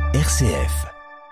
RCF.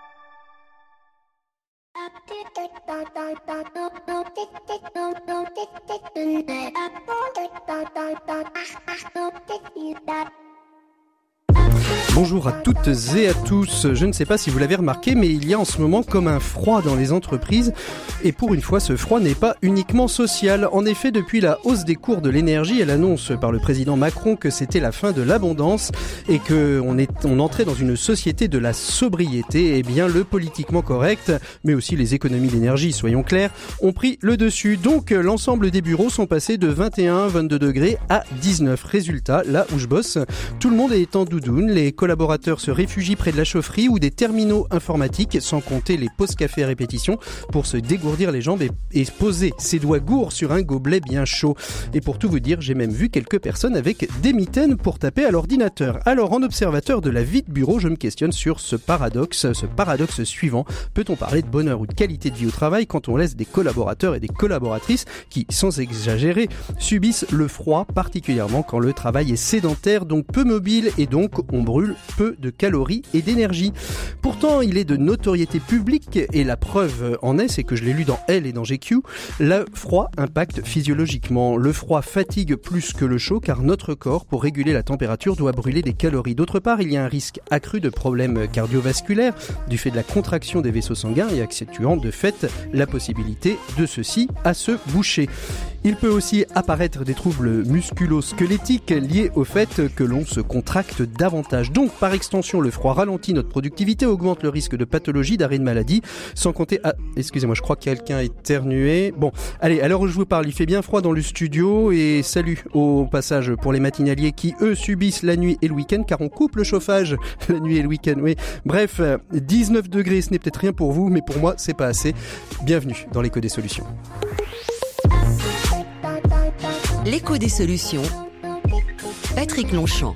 Bonjour à toutes et à tous. Je ne sais pas si vous l'avez remarqué, mais il y a en ce moment comme un froid dans les entreprises. Et pour une fois, ce froid n'est pas uniquement social. En effet, depuis la hausse des cours de l'énergie et l'annonce par le président Macron que c'était la fin de l'abondance et qu'on entrait dans une société de la sobriété, eh bien le politiquement correct, mais aussi les économies d'énergie, soyons clairs, ont pris le dessus. Donc l'ensemble des bureaux sont passés de 21-22 degrés à 19. Résultat, là où je bosse, tout le monde est en doudoune. Les collaborateurs se réfugient près de la chaufferie ou des terminaux informatiques, sans compter les pauses café à répétition, pour se dégourdir les jambes et poser ses doigts gourds sur un gobelet bien chaud. Et pour tout vous dire, j'ai même vu quelques personnes avec des mitaines pour taper à l'ordinateur. Alors, en observateur de la vie de bureau, je me questionne sur ce paradoxe suivant. Peut-on parler de bonheur ou de qualité de vie au travail quand on laisse des collaborateurs et des collaboratrices qui, sans exagérer, subissent le froid, particulièrement quand le travail est sédentaire, donc peu mobile, et donc on brûle peu de calories et d'énergie. Pourtant, il est de notoriété publique, et la preuve en est, c'est que je l'ai lu dans Elle et dans GQ, le froid impacte physiologiquement. Le froid fatigue plus que le chaud, car notre corps, pour réguler la température, doit brûler des calories. D'autre part, il y a un risque accru de problèmes cardiovasculaires, du fait de la contraction des vaisseaux sanguins et accentuant de fait la possibilité de ceux-ci à se boucher. Il peut aussi apparaître des troubles musculo-squelettiques liés au fait que l'on se contracte davantage. Donc, par extension, le froid ralentit notre productivité, augmente le risque de pathologie, d'arrêt de maladie, sans compter... Ah, excusez-moi, je crois que quelqu'un a éternué. Bon, allez, à l'heure où je vous parle, il fait bien froid dans le studio et salut au passage pour les matinaliers qui, eux, subissent la nuit et le week-end, car on coupe le chauffage la nuit et le week-end, oui. Bref, 19 degrés, ce n'est peut-être rien pour vous, mais pour moi, c'est pas assez. Bienvenue dans l'écho des solutions. L'écho des solutions, Patrick Longchamp.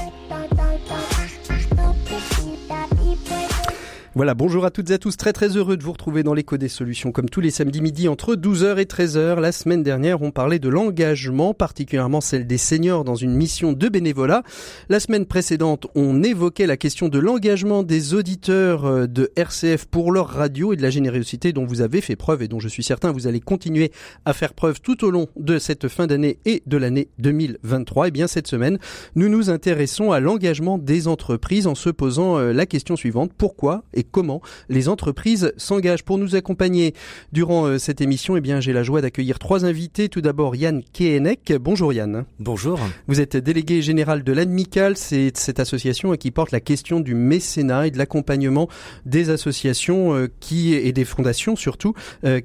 Voilà, bonjour à toutes et à tous, très heureux de vous retrouver dans l'écho des solutions comme tous les samedis midi entre 12h et 13h. La semaine dernière, on parlait de l'engagement, particulièrement celle des seniors dans une mission de bénévolat. La semaine précédente, on évoquait la question de l'engagement des auditeurs de RCF pour leur radio et de la générosité dont vous avez fait preuve et dont je suis certain vous allez continuer à faire preuve tout au long de cette fin d'année et de l'année 2023. Et bien cette semaine, nous nous intéressons à l'engagement des entreprises en se posant la question suivante: pourquoi et comment les entreprises s'engagent? Pour nous accompagner durant cette émission, eh bien, j'ai la joie d'accueillir trois invités. Tout d'abord, Yann Kehenec. Bonjour Yann. Bonjour. Vous êtes délégué général de l'Admical, c'est cette association qui porte la question du mécénat et de l'accompagnement des associations et des fondations surtout,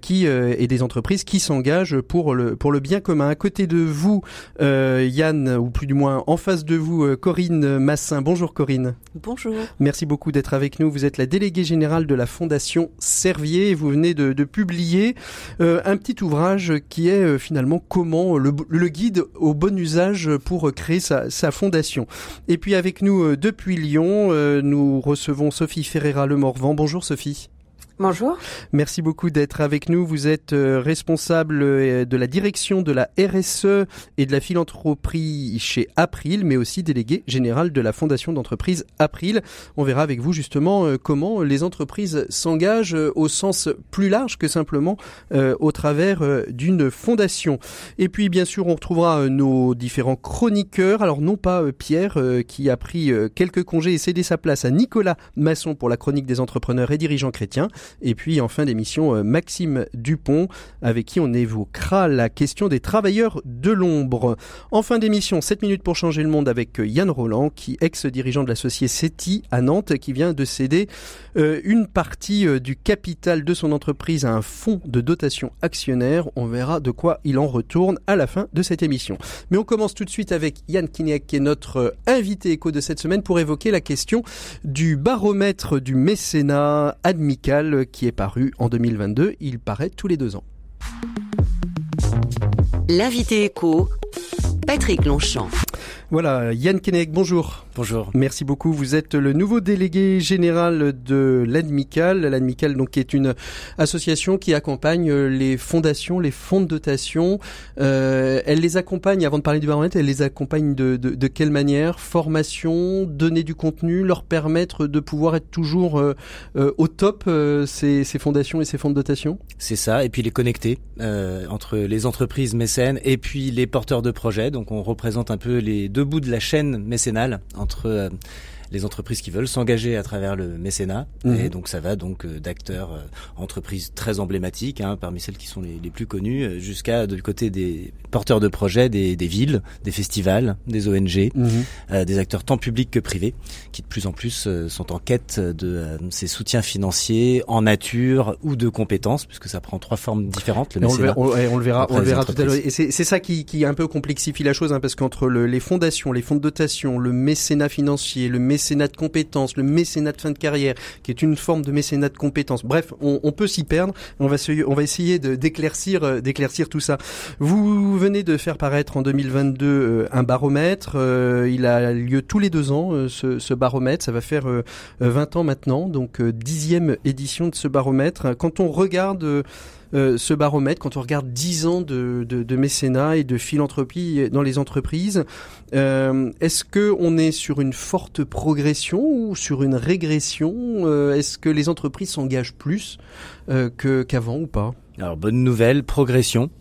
et des entreprises qui s'engagent pour le bien commun. À côté de vous, Yann, ou plus du moins en face de vous, Corinne Massin. Bonjour Corinne. Bonjour. Merci beaucoup d'être avec nous. Vous êtes la déléguée générale de la Fondation Servier et vous venez de publier un petit ouvrage qui est finalement comment le guide au bon usage pour créer sa fondation. Et puis avec nous depuis Lyon, nous recevons Sophie Ferreira-Lemorvan. Bonjour Sophie. Bonjour. Merci beaucoup d'être avec nous. Vous êtes responsable de la direction de la RSE et de la philanthropie chez April, mais aussi délégué général de la fondation d'entreprise April. On verra avec vous justement comment les entreprises s'engagent au sens plus large que simplement au travers d'une fondation. Et puis bien sûr, on retrouvera nos différents chroniqueurs. Alors non pas Pierre qui a pris quelques congés et cédé sa place à Nicolas Masson pour la chronique des entrepreneurs et dirigeants chrétiens. Et puis en fin d'émission, Maxime Dupont, avec qui on évoquera la question des travailleurs de l'ombre. En fin d'émission, 7 minutes pour changer le monde avec Yann Roland, qui ex-dirigeant de l'associé CETI à Nantes, qui vient de céder une partie du capital de son entreprise à un fonds de dotation actionnaire. On verra de quoi il en retourne à la fin de cette émission. Mais on commence tout de suite avec Yann Kehenec, qui est notre invité écho de cette semaine, pour évoquer la question du baromètre du mécénat Admical qui est paru en 2022. Il paraît tous les 2 ans. L'invité écho, Patrick Longchamp. Voilà, Yann Keinec, bonjour. Bonjour. Merci beaucoup. Vous êtes le nouveau délégué général de l'Admical. L'Admical, donc, est une association qui accompagne les fondations, les fonds de dotation. Elle les accompagne, avant de parler du baromètre, elle les accompagne de quelle manière? Formation, donner du contenu, leur permettre de pouvoir être toujours au top, ces fondations et ces fonds de dotation? C'est ça, et puis les connecter entre les entreprises mécènes et puis les porteurs de projets. Donc on représente un peu les deux bouts de la chaîne mécénale entre les entreprises qui veulent s'engager à travers le mécénat. Et donc ça va donc d'acteurs, entreprises très emblématiques, parmi celles qui sont les plus connues, jusqu'à du côté des porteurs de projets, des villes, des festivals, des ONG, des acteurs tant publics que privés, qui de plus en plus sont en quête de ces soutiens financiers en nature ou de compétences, puisque ça prend 3 formes différentes, le mécénat. On le verra tout à l'heure. Et c'est ça qui un peu complexifie la chose, parce qu'entre les fondations, les fonds de dotation, le mécénat financier, le mécénat de compétences, le mécénat de fin de carrière, qui est une forme de mécénat de compétences. Bref, on peut s'y perdre. On va essayer d'éclaircir tout ça. Vous venez de faire paraître en 2022 un baromètre. Il a lieu tous les 2 ans, ce baromètre. Ça va faire 20 ans maintenant, donc 10e édition de ce baromètre. Quand on regarde ce baromètre, quand on regarde 10 ans de mécénat et de philanthropie dans les entreprises, est-ce que on est sur une forte progression ou sur une régression? Est-ce que les entreprises s'engagent plus qu'avant ou pas? Alors, bonne nouvelle, progression.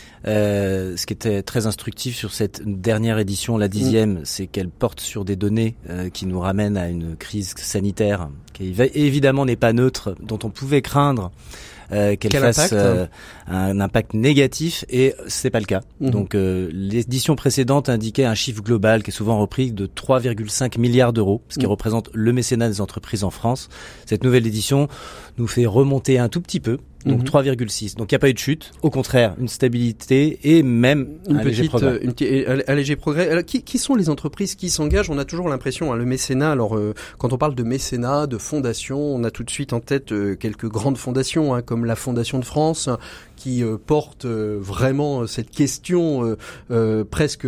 Ce qui était très instructif sur cette dernière édition, la 10e, c'est qu'elle porte sur des données qui nous ramènent à une crise sanitaire qui évidemment n'est pas neutre, dont on pouvait craindre qu'elle fasse un impact négatif, et c'est pas le cas. Donc l'édition précédente indiquait un chiffre global qui est souvent repris de 3,5 milliards d'euros, ce qui représente le mécénat des entreprises en France. Cette nouvelle édition nous fait remonter un tout petit peu, donc 3,6. Donc il n'y a pas eu de chute, au contraire, une stabilité et même un léger progrès. Un léger progrès. Alors, qui sont les entreprises qui s'engagent? On a toujours l'impression, le mécénat, alors quand on parle de mécénat, de fondation, on a tout de suite en tête quelques grandes fondations, comme la Fondation de France, qui porte vraiment cette question presque,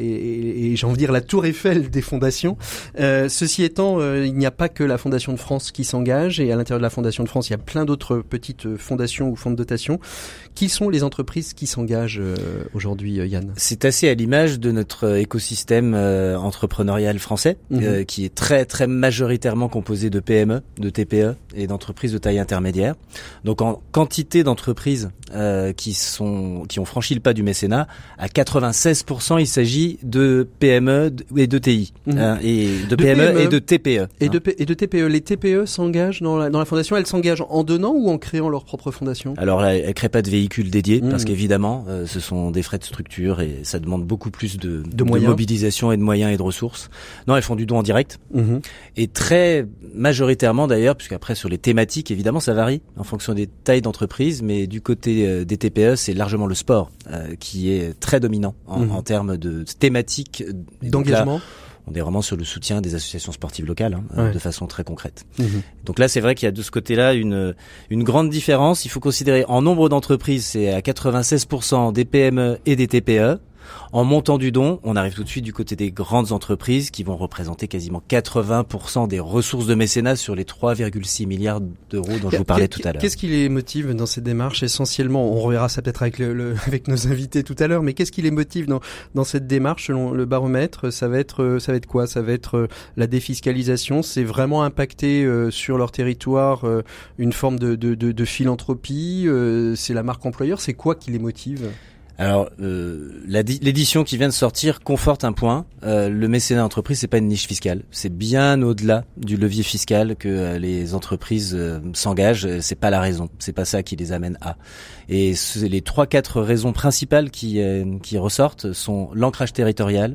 et j'ai envie de dire la tour Eiffel des fondations. Ceci étant, il n'y a pas que la Fondation de France qui s'engage, et à l'intérieur de la Fondation de France, il y a plein d'autres petites fondations ou fonds de dotation. Qui sont les entreprises qui s'engagent aujourd'hui, Yann? C'est assez à l'image de notre écosystème entrepreneurial français, qui est très très majoritairement composé de PME, de TPE et d'entreprises de taille intermédiaire. Donc en quantité d'entreprises qui ont franchi le pas du mécénat, à 96%, il s'agit de PME et de TI, et de PME et de TPE. Et de TPE. Les TPE s'engagent dans la fondation. Elles s'engagent en donnant ou en créant leur propre fondation? Alors là, elles créent pas de véhicules dédiés, parce qu'évidemment, ce sont des frais de structure et ça demande beaucoup plus de mobilisation et de moyens et de ressources. Non, elles font du don en direct. Et très majoritairement d'ailleurs, puisqu'après sur les thématiques, évidemment, ça varie en fonction des tailles d'entreprise, mais du côté des TPE, c'est largement le sport qui est très dominant en termes de thématiques d'engagement. On est vraiment sur le soutien des associations sportives locales, de façon très concrète. Donc là, c'est vrai qu'il y a de ce côté-là une grande différence. Il faut considérer en nombre d'entreprises, c'est à 96% des PME et des TPE. En montant du don, on arrive tout de suite du côté des grandes entreprises qui vont représenter quasiment 80% des ressources de mécénat sur les 3,6 milliards d'euros dont je vous parlais tout à l'heure. Qu'est-ce qui les motive dans cette démarche? Essentiellement, on reverra ça peut-être avec nos invités tout à l'heure, mais qu'est-ce qui les motive dans cette démarche selon le baromètre? Ça va être quoi? Ça va être la défiscalisation. C'est vraiment impacter sur leur territoire une forme de philanthropie. C'est la marque employeur. C'est quoi qui les motive? Alors, l'édition qui vient de sortir conforte un point. Le mécénat d'entreprise, c'est pas une niche fiscale. C'est bien au-delà du levier fiscal que les entreprises s'engagent. C'est pas la raison. C'est pas ça qui les amène à. Et les 3-4 raisons principales qui ressortent sont l'ancrage territorial,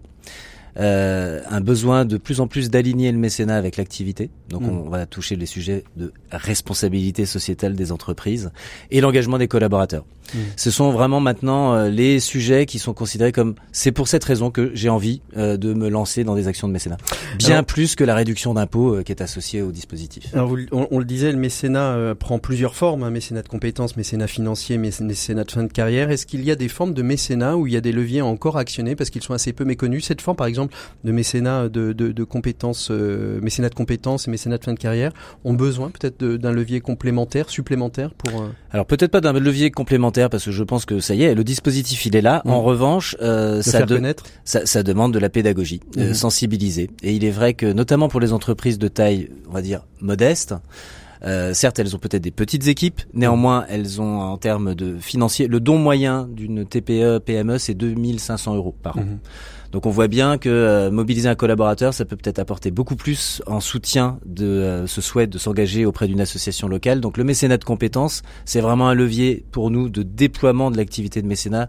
un besoin de plus en plus d'aligner le mécénat avec l'activité. Donc on va toucher les sujets de responsabilité sociétale des entreprises et l'engagement des collaborateurs. Ce sont vraiment maintenant les sujets qui sont considérés comme c'est pour cette raison que j'ai envie de me lancer dans des actions de mécénat. Bien plus que la réduction d'impôts qui est associée au dispositif. Alors on le disait, le mécénat prend plusieurs formes, mécénat de compétences, mécénat financier, mécénat de fin de carrière. Est-ce qu'il y a des formes de mécénat où il y a des leviers encore actionnés parce qu'ils sont assez peu méconnus? Cette forme par exemple exemple, de mécénat de compétences, mécénat de compétences et mécénat de fin de carrière, ont besoin peut-être d'un levier complémentaire, supplémentaire pour... Alors peut-être pas d'un levier complémentaire parce que je pense que ça y est, le dispositif il est là. En revanche, ça demande de la pédagogie, sensibiliser. Et il est vrai que notamment pour les entreprises de taille, on va dire, modeste, certes, elles ont peut-être des petites équipes. Néanmoins, elles ont en termes de financier, le don moyen d'une TPE, PME, c'est 2500 € par an. Donc on voit bien que mobiliser un collaborateur, ça peut peut-être apporter beaucoup plus en soutien de ce souhait de s'engager auprès d'une association locale. Donc le mécénat de compétences, c'est vraiment un levier pour nous de déploiement de l'activité de mécénat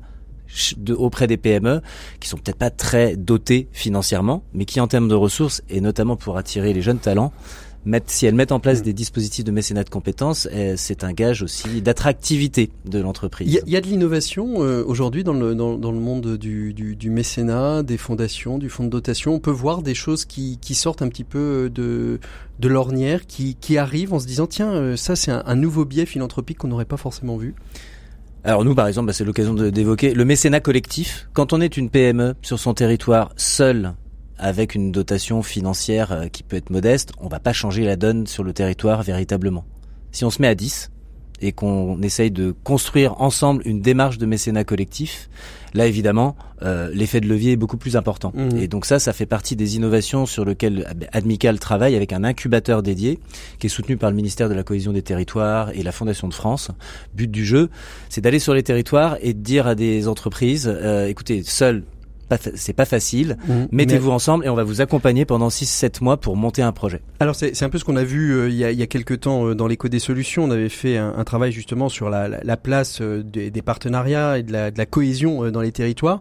auprès des PME qui sont peut-être pas très dotées financièrement, mais qui en termes de ressources et notamment pour attirer les jeunes talents, si elles mettent en place des dispositifs de mécénat de compétences, c'est un gage aussi d'attractivité de l'entreprise. Il y a de l'innovation aujourd'hui dans le monde du mécénat, des fondations, du fonds de dotation. On peut voir des choses qui sortent un petit peu de l'ornière, qui arrivent en se disant tiens, ça c'est un nouveau biais philanthropique qu'on n'aurait pas forcément vu. Alors nous, par exemple, c'est l'occasion d'évoquer le mécénat collectif. Quand on est une PME sur son territoire seul, avec une dotation financière qui peut être modeste, on va pas changer la donne sur le territoire véritablement. Si on se met à 10 et qu'on essaye de construire ensemble une démarche de mécénat collectif, là évidemment l'effet de levier est beaucoup plus important. Et donc ça fait partie des innovations sur lesquelles Admical travaille avec un incubateur dédié qui est soutenu par le ministère de la Cohésion des Territoires et la Fondation de France. But du jeu, c'est d'aller sur les territoires et de dire à des entreprises, écoutez, seuls c'est pas facile, mettez-vous ensemble et on va vous accompagner pendant 6-7 mois pour monter un projet. Alors c'est un peu ce qu'on a vu il y a quelques temps dans l'écho des solutions. On avait fait un travail justement sur la place des partenariats et de la cohésion dans les territoires.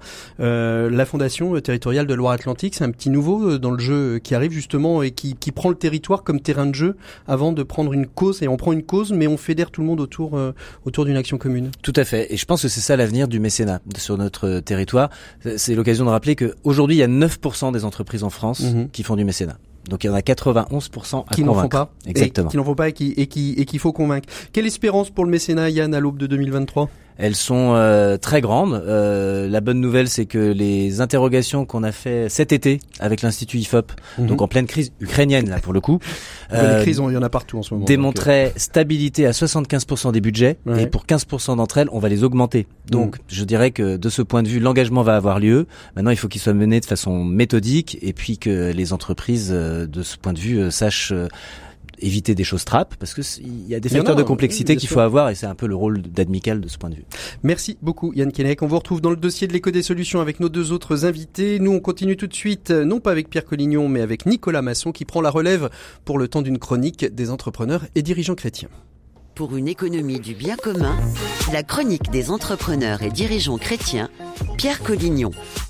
La Fondation territoriale de Loire-Atlantique, c'est un petit nouveau dans le jeu qui arrive justement et qui prend le territoire comme terrain de jeu avant de prendre une cause. Et on prend une cause mais on fédère tout le monde autour d'une action commune. Tout à fait, et je pense que c'est ça l'avenir du mécénat sur notre territoire. C'est l'occasion de rappeler qu'aujourd'hui, il y a 9% des entreprises en France qui font du mécénat. Donc il y en a 91% à qui n'en font pas. Exactement. Qui n'en font pas et qu'il faut convaincre. Quelle espérance pour le mécénat, Yann, à l'aube de 2023 ? Elles sont très grandes. La bonne nouvelle, c'est que les interrogations qu'on a fait cet été avec l'Institut IFOP, donc en pleine crise ukrainienne là pour le coup, les crises, il y en a partout en ce moment. Démontraient stabilité à 75% des budgets et pour 15% d'entre elles, on va les augmenter. Donc je dirais que de ce point de vue, l'engagement va avoir lieu. Maintenant, il faut qu'il soit mené de façon méthodique et puis que les entreprises, de ce point de vue, sachent éviter des choses trappes, parce que il y a des facteurs de complexité qu'il faut avoir et c'est un peu le rôle d'Admical de ce point de vue. Merci beaucoup Yann Keinec. On vous retrouve dans le dossier de l'écho des solutions avec nos deux autres invités. Nous on continue tout de suite, non pas avec Pierre Collignon, mais avec Nicolas Masson qui prend la relève pour le temps d'une chronique des entrepreneurs et dirigeants chrétiens. Pour une économie du bien commun, la chronique des entrepreneurs et dirigeants chrétiens, Pierre Collignon.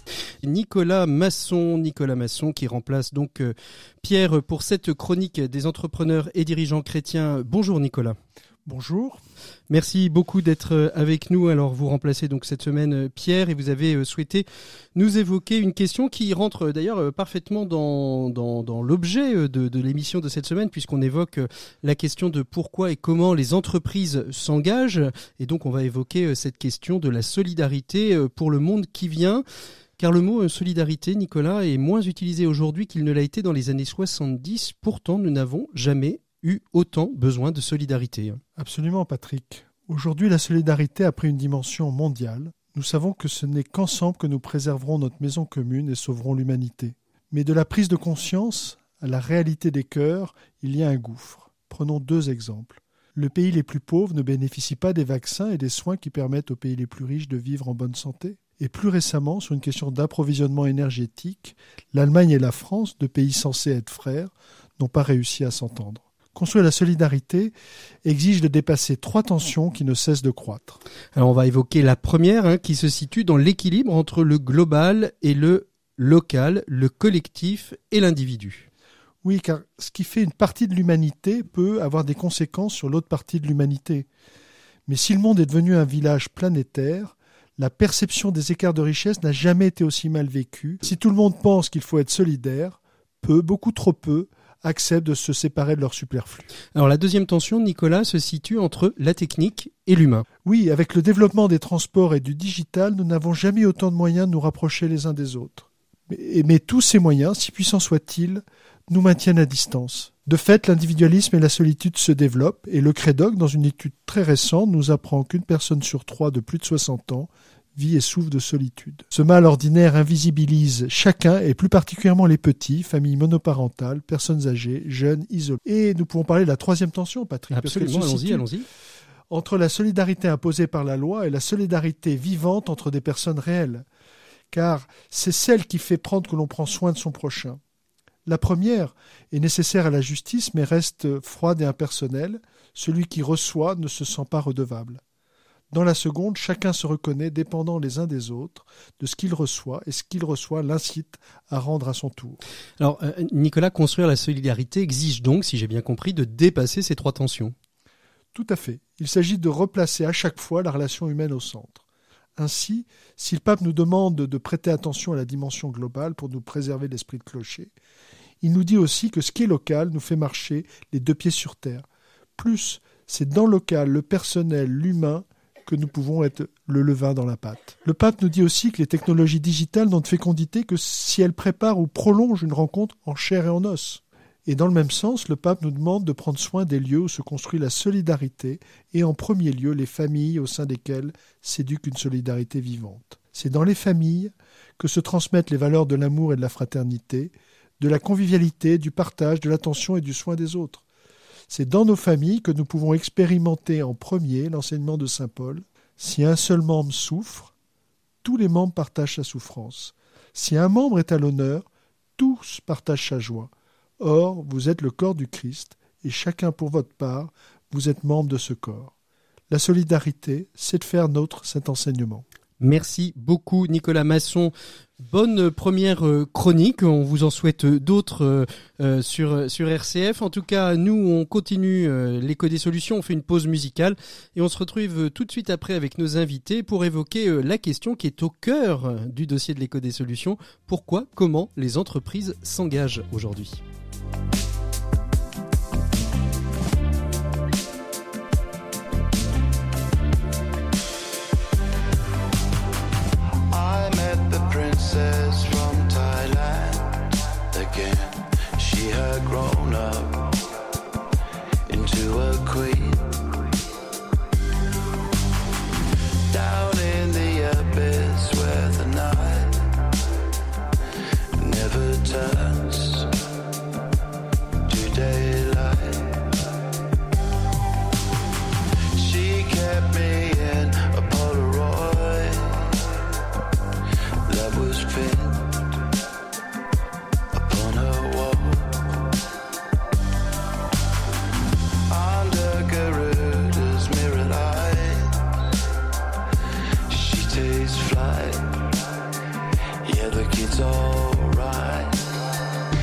Nicolas Masson qui remplace donc Pierre pour cette chronique des entrepreneurs et dirigeants chrétiens. Bonjour Nicolas. Bonjour. Merci beaucoup d'être avec nous. Alors vous remplacez donc cette semaine Pierre et vous avez souhaité nous évoquer une question qui rentre d'ailleurs parfaitement dans l'objet de l'émission de cette semaine puisqu'on évoque la question de pourquoi et comment les entreprises s'engagent et donc on va évoquer cette question de la solidarité pour le monde qui vient. Car le mot solidarité, Nicolas, est moins utilisé aujourd'hui qu'il ne l'a été dans les années 70. Pourtant, nous n'avons jamais eu autant besoin de solidarité. Absolument, Patrick. Aujourd'hui, la solidarité a pris une dimension mondiale. Nous savons que ce n'est qu'ensemble que nous préserverons notre maison commune et sauverons l'humanité. Mais de la prise de conscience à la réalité des cœurs, il y a un gouffre. Prenons 2 exemples. Le pays les plus pauvres ne bénéficie pas des vaccins et des soins qui permettent aux pays les plus riches de vivre en bonne santé. Et plus récemment, sur une question d'approvisionnement énergétique, l'Allemagne et la France, 2 pays censés être frères, n'ont pas réussi à s'entendre. Construire la solidarité exige de dépasser 3 tensions qui ne cessent de croître. Alors on va évoquer la première qui se situe dans l'équilibre entre le global et le local, le collectif et l'individu. Oui, car ce qui fait une partie de l'humanité peut avoir des conséquences sur l'autre partie de l'humanité. Mais si le monde est devenu un village planétaire, la perception des écarts de richesse n'a jamais été aussi mal vécue. Si tout le monde pense qu'il faut être solidaire, peu, beaucoup trop peu, acceptent de se séparer de leur superflu. Alors la deuxième tension, Nicolas, se situe entre la technique et l'humain. Oui, avec le développement des transports et du digital, nous n'avons jamais eu autant de moyens de nous rapprocher les uns des autres. Mais tous ces moyens, si puissants soient-ils, nous maintiennent à distance. De fait, l'individualisme et la solitude se développent, et le Crédoc, dans une étude très récente, nous apprend qu'une personne sur 3 de plus de 60 ans vit et souffre de solitude. Ce mal ordinaire invisibilise chacun, et plus particulièrement les petits, familles monoparentales, personnes âgées, jeunes, isolés. Et nous pouvons parler de la troisième tension, Patrick. Absolument, allons-y. Entre la solidarité imposée par la loi et la solidarité vivante entre des personnes réelles. Car c'est celle qui fait prendre que l'on prend soin de son prochain. La première est nécessaire à la justice, mais reste froide et impersonnelle. Celui qui reçoit ne se sent pas redevable. Dans la seconde, chacun se reconnaît dépendant les uns des autres de ce qu'il reçoit, et ce qu'il reçoit l'incite à rendre à son tour. Alors, Nicolas, construire la solidarité exige donc, si j'ai bien compris, de dépasser ces 3 tensions. Tout à fait. Il s'agit de replacer à chaque fois la relation humaine au centre. Ainsi, si le pape nous demande de prêter attention à la dimension globale pour nous préserver l'esprit de clocher, il nous dit aussi que ce qui est local nous fait marcher les 2 pieds sur terre. Plus, c'est dans le local, le personnel, l'humain, que nous pouvons être le levain dans la pâte. Le pape nous dit aussi que les technologies digitales n'ont de fécondité que si elles préparent ou prolongent une rencontre en chair et en os. Et dans le même sens, le pape nous demande de prendre soin des lieux où se construit la solidarité et en premier lieu les familles au sein desquelles s'éduque une solidarité vivante. C'est dans les familles que se transmettent les valeurs de l'amour et de la fraternité, de la convivialité, du partage, de l'attention et du soin des autres. C'est dans nos familles que nous pouvons expérimenter en premier l'enseignement de saint Paul. Si un seul membre souffre, tous les membres partagent sa souffrance. Si un membre est à l'honneur, tous partagent sa joie. Or, vous êtes le corps du Christ, et chacun pour votre part, vous êtes membre de ce corps. La solidarité, c'est de faire nôtre cet enseignement. Merci beaucoup Nicolas Masson. Bonne première chronique, on vous en souhaite d'autres sur RCF. En tout cas, nous on continue l'écho des solutions, on fait une pause musicale et on se retrouve tout de suite après avec nos invités pour évoquer la question qui est au cœur du dossier de l'écho des solutions. Pourquoi, comment les entreprises s'engagent aujourd'hui ? Princess from Thailand again. She had grown up into a queen. Down in the abyss where the night never turns to daylight. She kept me in a Polaroid that was pinned upon her wall. Under Garuda's mirror light, she takes flight. Yeah, the kid's alright.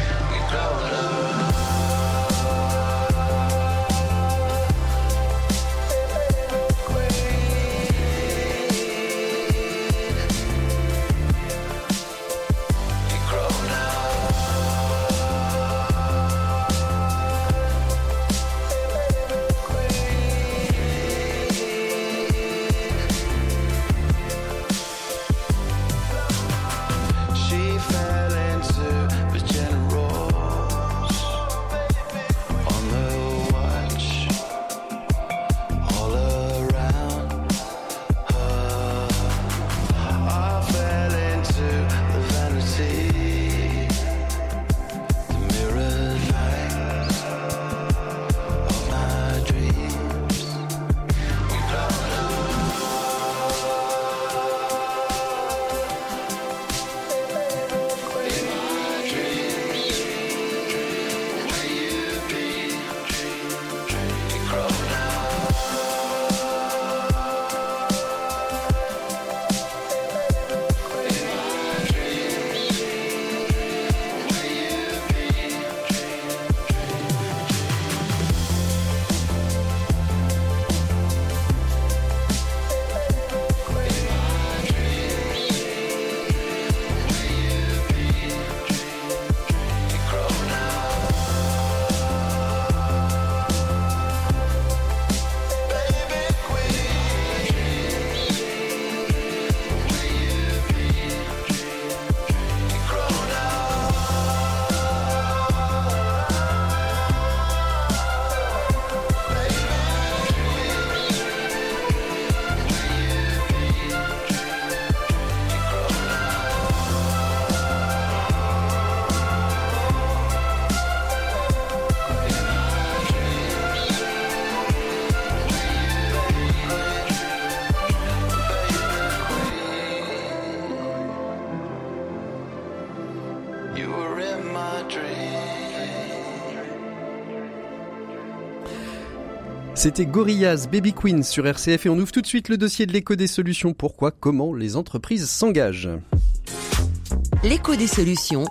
C'était Gorillaz, Baby Queen sur RCF et on ouvre tout de suite le dossier de l'écho des solutions. Pourquoi, comment les entreprises s'engagent. L'écho des solutions.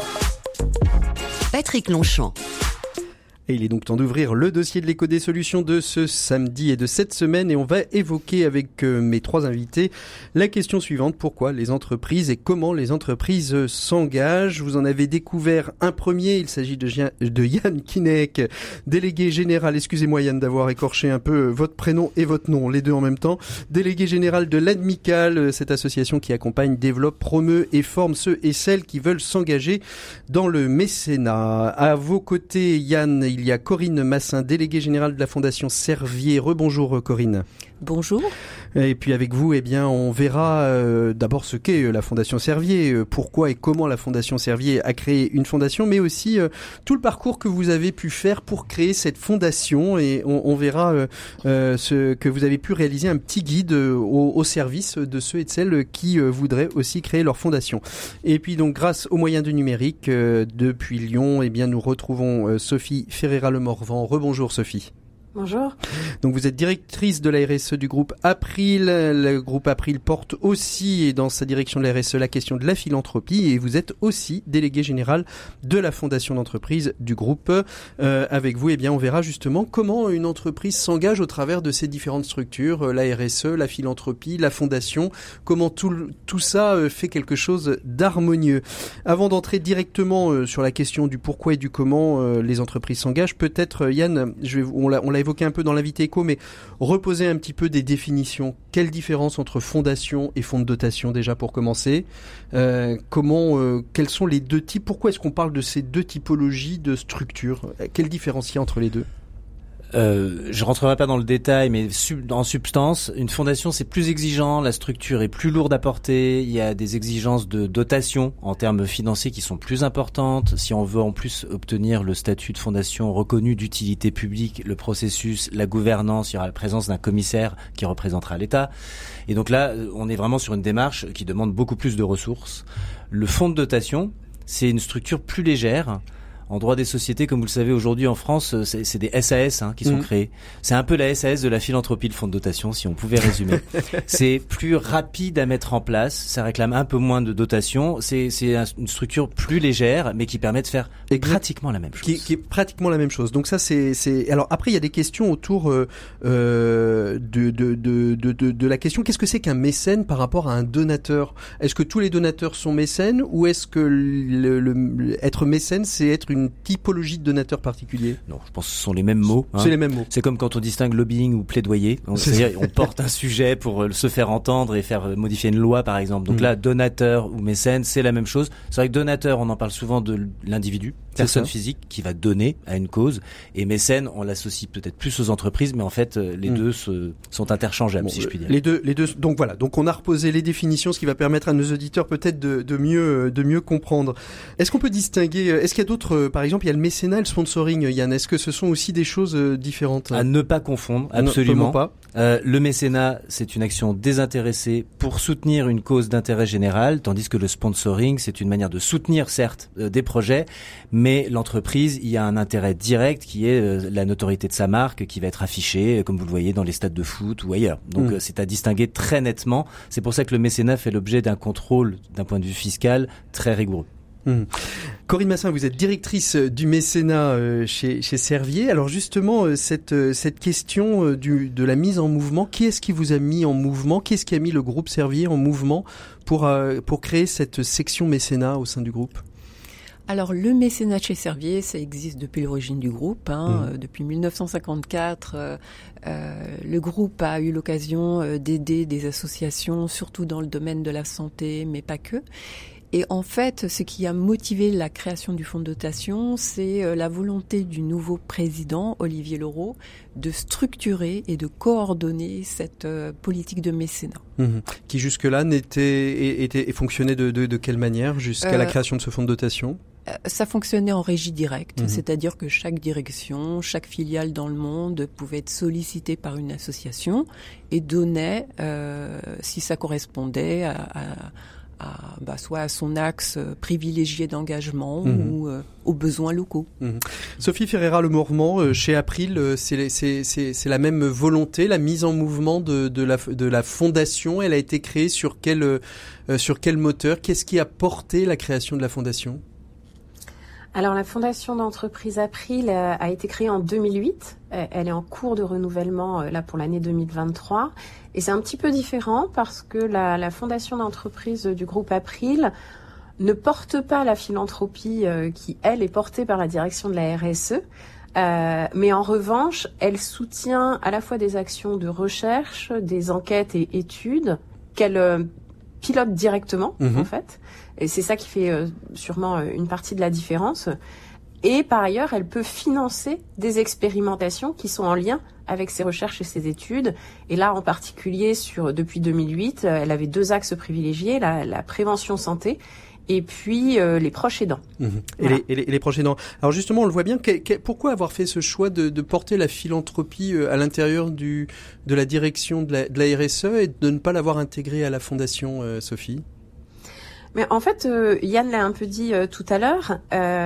Patrick Longchamp. Et il est donc temps d'ouvrir le dossier de l'écho des solutions de ce samedi et de cette semaine et on va évoquer avec mes trois invités la question suivante. Pourquoi les entreprises et comment les entreprises s'engagent? Vous en avez découvert un premier, il s'agit de Yann Kinek, délégué général, excusez-moi Yann d'avoir écorché un peu votre prénom et votre nom, les deux en même temps, délégué général de l'Admical, cette association qui accompagne, développe, promeut et forme ceux et celles qui veulent s'engager dans le mécénat. À vos côtés Yann, il y a Corinne Massin, déléguée générale de la Fondation Servier. Rebonjour Corinne. Bonjour. Et puis avec vous, on verra d'abord ce qu'est la Fondation Servier, pourquoi et comment la Fondation Servier a créé une fondation, mais aussi tout le parcours que vous avez pu faire pour créer cette fondation. Et on verra ce que vous avez pu réaliser, un petit guide au service de ceux et de celles qui voudraient aussi créer leur fondation. Et puis donc grâce aux moyens du numérique, depuis Lyon, nous retrouvons Sophie Ferreira-Le-Morvan. Rebonjour Sophie. Bonjour. Donc vous êtes directrice de la RSE du groupe April. Le groupe April porte aussi dans sa direction de la RSE la question de la philanthropie et vous êtes aussi déléguée générale de la fondation d'entreprise du groupe. Avec vous, on verra justement comment une entreprise s'engage au travers de ces différentes structures, la RSE, la philanthropie, la fondation, comment tout ça fait quelque chose d'harmonieux. Avant d'entrer directement sur la question du pourquoi et du comment les entreprises s'engagent, peut-être Yann, on l'a évoqué un peu dans l'invité éco, mais reposer un petit peu des définitions. Quelle différence entre fondation et fonds de dotation déjà pour commencer? Quels sont les deux types? Pourquoi est-ce qu'on parle de ces deux typologies de structures? Quelle différence il y a entre les deux? Je rentrerai pas dans le détail, mais en substance, une fondation c'est plus exigeant, la structure est plus lourde à porter, il y a des exigences de dotation en termes financiers qui sont plus importantes. Si on veut en plus obtenir le statut de fondation reconnu d'utilité publique, le processus, la gouvernance, il y aura la présence d'un commissaire qui représentera l'État. Et donc là, on est vraiment sur une démarche qui demande beaucoup plus de ressources. Le fonds de dotation, c'est une structure plus légère. En droit des sociétés, comme vous le savez aujourd'hui en France, c'est des SAS qui sont créés. C'est un peu la SAS de la philanthropie, le fonds de dotation, si on pouvait résumer. C'est plus rapide à mettre en place, ça réclame un peu moins de dotation. C'est une structure plus légère, mais qui permet de faire pratiquement la même chose. Qui est pratiquement la même chose. Donc ça, c'est. Alors après, il y a des questions autour de la question qu'est-ce que c'est qu'un mécène par rapport à un donateur? Est-ce que tous les donateurs sont mécènes ou est-ce que être mécène, c'est être une typologie de donateur particulier? Non, je pense que ce sont les mêmes mots. C'est les mêmes mots. C'est comme quand on distingue lobbying ou plaidoyer. C'est-à-dire, on porte un sujet pour se faire entendre et faire modifier une loi, par exemple. Donc là, donateur ou mécène, c'est la même chose. C'est vrai que donateur, on en parle souvent de l'individu, personne physique qui va donner à une cause. Et mécène, on l'associe peut-être plus aux entreprises, mais en fait, les deux sont interchangeables, si je puis dire. Les deux. Donc voilà. Donc on a reposé les définitions, ce qui va permettre à nos auditeurs peut-être de mieux comprendre. Est-ce qu'on peut distinguer? Est-ce qu'il y a d'autres? Par exemple, il y a le mécénat et le sponsoring, Yann. Est-ce que ce sont aussi des choses différentes? À ne pas confondre, absolument. Pas. Le mécénat, c'est une action désintéressée pour soutenir une cause d'intérêt général, tandis que le sponsoring, c'est une manière de soutenir, certes, des projets, mais l'entreprise, il y a un intérêt direct qui est la notoriété de sa marque, qui va être affichée, comme vous le voyez, dans les stades de foot ou ailleurs. Donc, c'est à distinguer très nettement. C'est pour ça que le mécénat fait l'objet d'un contrôle, d'un point de vue fiscal, très rigoureux. Corinne Massin, vous êtes directrice du mécénat chez Servier. Alors justement, cette question de la mise en mouvement, qui est-ce qui vous a mis en mouvement? Qui est-ce qui a mis le groupe Servier en mouvement pour créer cette section mécénat au sein du groupe? Alors le mécénat chez Servier, ça existe depuis l'origine du groupe. Depuis 1954, le groupe a eu l'occasion d'aider des associations, surtout dans le domaine de la santé, mais pas que. Et en fait, ce qui a motivé la création du fonds de dotation, c'est la volonté du nouveau président, Olivier Leroux, de structurer et de coordonner cette politique de mécénat. Qui jusque-là fonctionnait de quelle manière jusqu'à la création de ce fonds de dotation? Ça fonctionnait en régie directe, c'est-à-dire que chaque direction, chaque filiale dans le monde pouvait être sollicitée par une association et donnait, si ça correspondait soit à son axe privilégié d'engagement ou aux besoins locaux. Sophie Ferreira-Le-Mormand, chez April, c'est la même volonté, la mise en mouvement de la fondation. Elle a été créée sur quel moteur? Qu'est-ce qui a porté la création de la fondation? Alors la fondation d'entreprise April a été créée en 2008. Elle est en cours de renouvellement là pour l'année 2023. Et c'est un petit peu différent parce que la fondation d'entreprise du groupe April ne porte pas la philanthropie qui, elle, est portée par la direction de la RSE. Mais en revanche, elle soutient à la fois des actions de recherche, des enquêtes et études qu'elle pilote directement, en fait. Et c'est ça qui fait sûrement une partie de la différence. Et par ailleurs, elle peut financer des expérimentations qui sont en lien avec ses recherches et ses études. Et là, en particulier, depuis 2008, elle avait 2 axes privilégiés, la prévention santé et puis les proches aidants. Voilà. Et les proches aidants. Alors justement, on le voit bien, pourquoi avoir fait ce choix de porter la philanthropie à l'intérieur de la direction de la RSE et de ne pas l'avoir intégrée à la fondation, Sophie? Mais en fait, Yann l'a un peu dit tout à l'heure,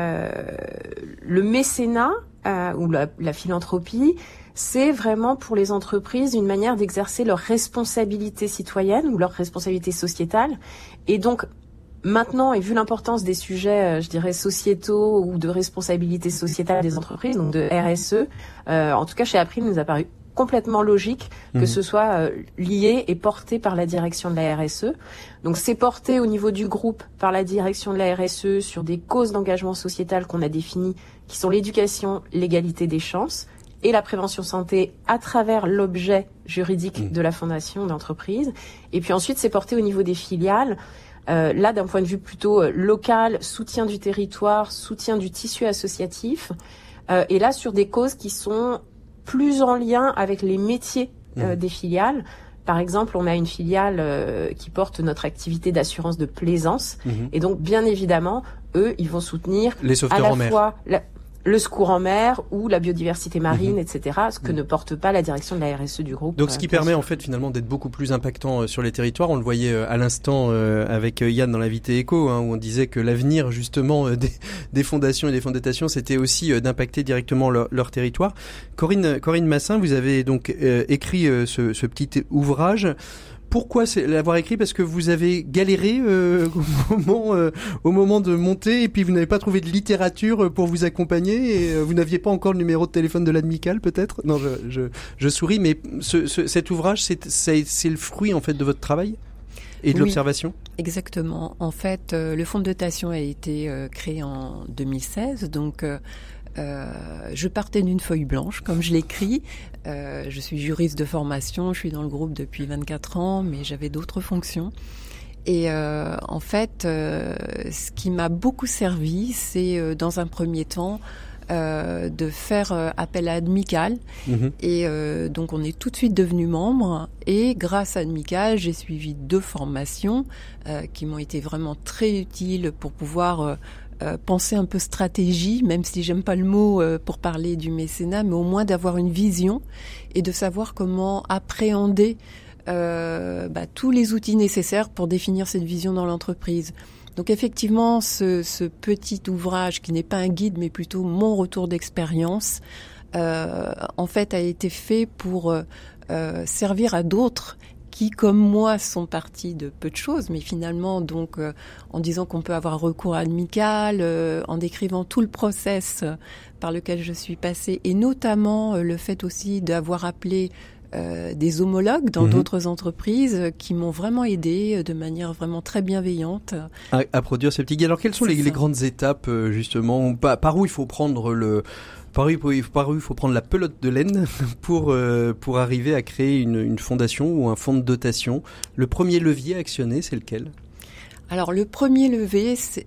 le mécénat ou la philanthropie, c'est vraiment pour les entreprises une manière d'exercer leur responsabilité citoyenne ou leur responsabilité sociétale. Et donc, maintenant, et vu l'importance des sujets, je dirais, sociétaux ou de responsabilité sociétale des entreprises, donc de RSE, en tout cas chez April, il nous a paru complètement logique que ce soit lié et porté par la direction de la RSE. Donc c'est porté au niveau du groupe par la direction de la RSE sur des causes d'engagement sociétal qu'on a définies, qui sont l'éducation, l'égalité des chances et la prévention santé à travers l'objet juridique de la fondation d'entreprise. Et puis ensuite c'est porté au niveau des filiales. Là, d'un point de vue plutôt local, soutien du territoire, soutien du tissu associatif, et là sur des causes qui sont plus en lien avec les métiers des filiales. Par exemple, on a une filiale qui porte notre activité d'assurance de plaisance, et donc bien évidemment, eux, ils vont soutenir les sauveteurs en mer, fois le secours en mer ou la biodiversité marine, etc., ce que ne porte pas la direction de la RSE du groupe. Donc ce qui permet en fait finalement d'être beaucoup plus impactant sur les territoires. On le voyait à l'instant avec Yann dans l'invité éco, où on disait que l'avenir justement des fondations et des fondations, c'était aussi d'impacter directement leur territoire. Corinne Massin, vous avez donc écrit ce petit ouvrage. Pourquoi l'avoir écrit? Parce que vous avez galéré au moment de monter et puis vous n'avez pas trouvé de littérature pour vous accompagner et vous n'aviez pas encore le numéro de téléphone de l'Admicale peut-être? Non, je souris, mais cet ouvrage, c'est le fruit en fait de votre travail et de l'observation? Exactement. En fait, le fonds de dotation a été créé en 2016, donc je partais d'une feuille blanche, comme je l'écris. Je suis juriste de formation, je suis dans le groupe depuis 24 ans, mais j'avais d'autres fonctions. Et en fait, ce qui m'a beaucoup servi, c'est dans un premier temps de faire appel à Admicale. Et donc on est tout de suite devenu membre. Et grâce à Admicale, j'ai suivi 2 formations qui m'ont été vraiment très utiles pour pouvoir penser un peu stratégie, même si j'aime pas le mot pour parler du mécénat, mais au moins d'avoir une vision et de savoir comment appréhender tous les outils nécessaires pour définir cette vision dans l'entreprise. Donc effectivement, ce petit ouvrage qui n'est pas un guide, mais plutôt mon retour d'expérience, en fait a été fait pour servir à d'autres qui, comme moi, sont partis de peu de choses, mais finalement, donc, en disant qu'on peut avoir recours à Admicale, en décrivant tout le process par lequel je suis passée, et notamment le fait aussi d'avoir appelé des homologues dans d'autres entreprises qui m'ont vraiment aidé de manière vraiment très bienveillante à produire ce petit guide. Alors, quelles sont les grandes étapes, justement, par où il faut prendre par où il faut prendre la pelote de laine pour arriver à créer une fondation ou un fonds de dotation? Le premier levier à actionner, c'est lequel? Alors le premier levier, c'est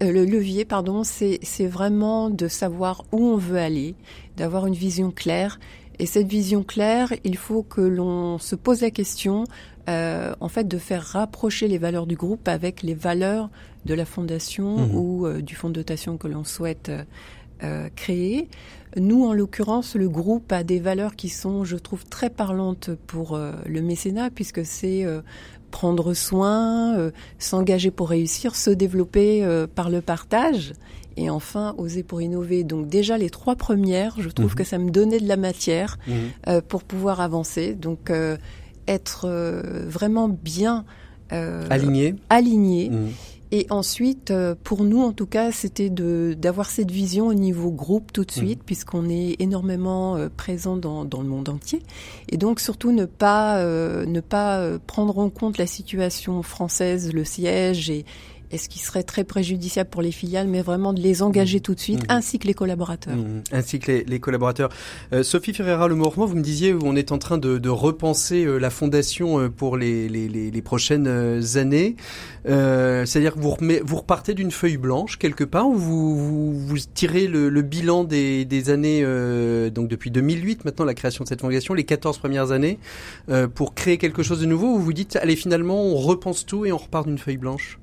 vraiment de savoir où on veut aller, d'avoir une vision claire. Et cette vision claire, il faut que l'on se pose la question, en fait, de faire rapprocher les valeurs du groupe avec les valeurs de la fondation ou du fonds de dotation que l'on souhaite créer. Nous, en l'occurrence, le groupe a des valeurs qui sont, je trouve, très parlantes pour le mécénat, puisque c'est prendre soin, s'engager pour réussir, se développer par le partage, et enfin oser pour innover. Donc déjà les 3 premières, je trouve que ça me donnait de la matière pour pouvoir avancer. Donc être vraiment bien aligné. Et ensuite, pour nous, en tout cas, c'était d'avoir cette vision au niveau groupe tout de suite, puisqu'on est énormément présent dans le monde entier. Et donc, surtout, ne pas prendre en compte la situation française, le siège et ce qui serait très préjudiciable pour les filiales, mais vraiment de les engager tout de suite, ainsi que les collaborateurs. Ainsi que les collaborateurs. Sophie Ferreira-Le-Mormand, vous me disiez, on est en train de repenser la fondation pour les prochaines années. C'est-à-dire que vous repartez d'une feuille blanche quelque part, ou vous tirez le bilan des années, donc depuis 2008, maintenant la création de cette fondation, les 14 premières années, pour créer quelque chose de nouveau, ou vous dites, allez, finalement, on repense tout et on repart d'une feuille blanche?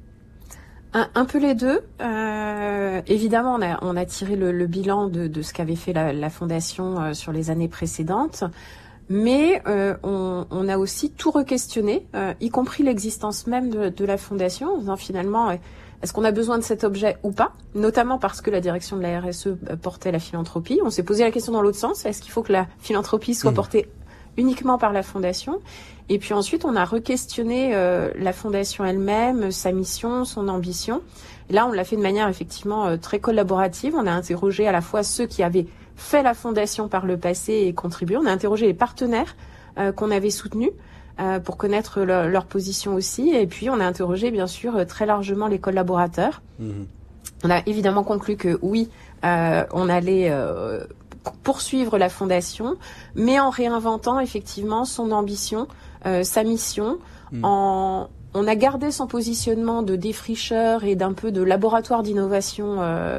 Un peu les deux. Évidemment, on a tiré le bilan de ce qu'avait fait la fondation sur les années précédentes, mais on a aussi tout re-questionné, y compris l'existence même de la fondation, en disant finalement, est-ce qu'on a besoin de cet objet ou pas, notamment parce que la direction de la RSE portait la philanthropie. On s'est posé la question dans l'autre sens, est-ce qu'il faut que la philanthropie soit portée uniquement par la fondation? Et puis ensuite, on a re-questionné la fondation elle-même, sa mission, son ambition. Et là, on l'a fait de manière effectivement très collaborative. On a interrogé à la fois ceux qui avaient fait la fondation par le passé et contribué. On a interrogé les partenaires qu'on avait soutenus pour connaître leur position aussi. Et puis, on a interrogé bien sûr très largement les collaborateurs. On a évidemment conclu que oui, on allait poursuivre la fondation, mais en réinventant effectivement son ambition, sa mission. On a gardé son positionnement de défricheur et d'un peu de laboratoire d'innovation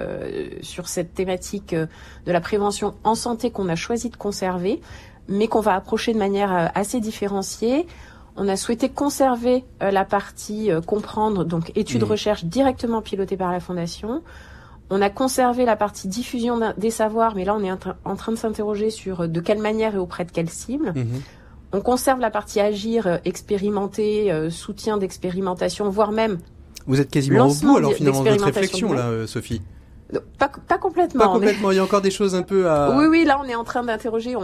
sur cette thématique de la prévention en santé qu'on a choisi de conserver, mais qu'on va approcher de manière assez différenciée. On a souhaité conserver la partie comprendre, donc études-recherche directement pilotée par la fondation. On a conservé la partie diffusion des savoirs, mais là, on est en train de s'interroger sur de quelle manière et auprès de quelle cible. On conserve la partie agir, expérimenter, soutien d'expérimentation, voire même... Vous êtes quasiment au bout, alors, finalement, de votre réflexion, là, Sophie. Pas complètement. Pas complètement, il y a encore des choses un peu à... Oui, là, on est en train d'interroger,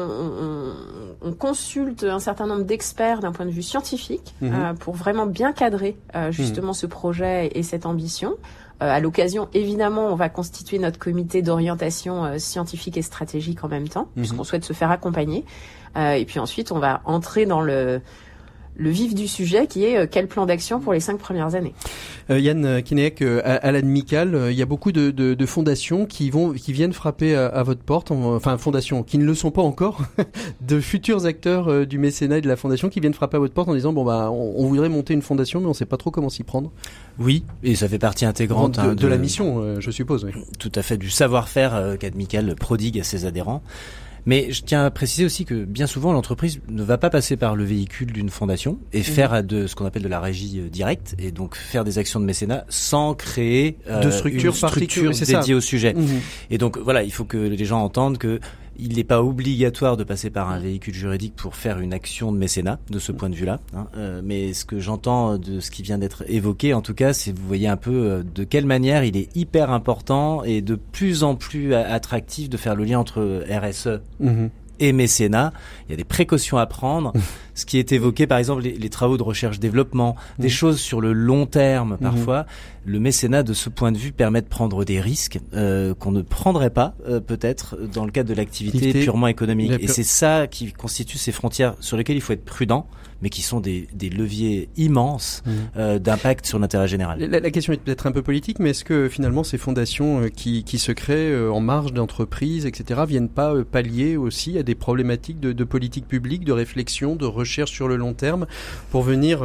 on consulte un certain nombre d'experts d'un point de vue scientifique pour vraiment bien cadrer justement ce projet et cette ambition. À l'occasion, évidemment, on va constituer notre comité d'orientation scientifique et stratégique en même temps, puisqu'on souhaite se faire accompagner. Et puis ensuite, on va entrer dans le vif du sujet, qui est quel plan d'action pour les 5 premières années. Yann Kineek, à l'Admicale, il y a beaucoup de fondations qui viennent frapper à votre porte, enfin fondations qui ne le sont pas encore, de futurs acteurs du mécénat et de la fondation qui viennent frapper à votre porte en disant on voudrait monter une fondation, mais on ne sait pas trop comment s'y prendre. Oui, et ça fait partie intégrante de la mission, je suppose. Oui. Tout à fait, du savoir-faire qu'Admicale prodigue à ses adhérents. Mais je tiens à préciser aussi que bien souvent l'entreprise ne va pas passer par le véhicule d'une fondation et faire de ce qu'on appelle de la régie directe, et donc faire des actions de mécénat sans créer de structure dédiée au sujet. Et donc voilà, il faut que les gens entendent que il n'est pas obligatoire de passer par un véhicule juridique pour faire une action de mécénat, de ce point de vue-là. Mais ce que j'entends de ce qui vient d'être évoqué, en tout cas, c'est vous voyez un peu de quelle manière il est hyper important et de plus en plus attractif de faire le lien entre RSE et mécénat. Il y a des précautions à prendre. Ce qui est évoqué, par exemple, les travaux de recherche-développement, des choses sur le long terme, parfois. Le mécénat, de ce point de vue, permet de prendre des risques qu'on ne prendrait pas, peut-être, dans le cadre de l'activité purement économique. Et c'est ça qui constitue ces frontières sur lesquelles il faut être prudent, mais qui sont des leviers immenses d'impact sur l'intérêt général. La question est peut-être un peu politique, mais est-ce que finalement ces fondations qui se créent en marge d'entreprises, etc., viennent pas pallier aussi à des problématiques de politique publique, de réflexion, de recherche sur le long terme, pour venir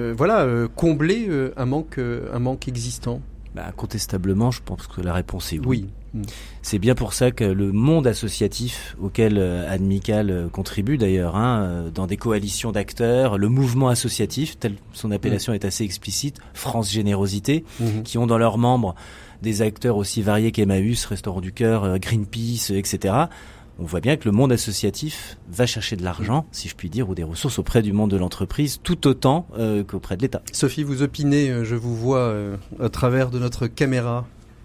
combler un manque existant? Incontestablement, je pense que la réponse est oui. C'est bien pour ça que le monde associatif auquel Admicale contribue d'ailleurs, dans des coalitions d'acteurs, le mouvement associatif, tel son appellation est assez explicite, France Générosité, qui ont dans leurs membres des acteurs aussi variés qu'Emmaüs, Restaurants du Cœur, Greenpeace, etc., on voit bien que le monde associatif va chercher de l'argent, si je puis dire, ou des ressources auprès du monde de l'entreprise, tout autant qu'auprès de l'État. Sophie, vous opinez, je vous vois à travers de notre caméra.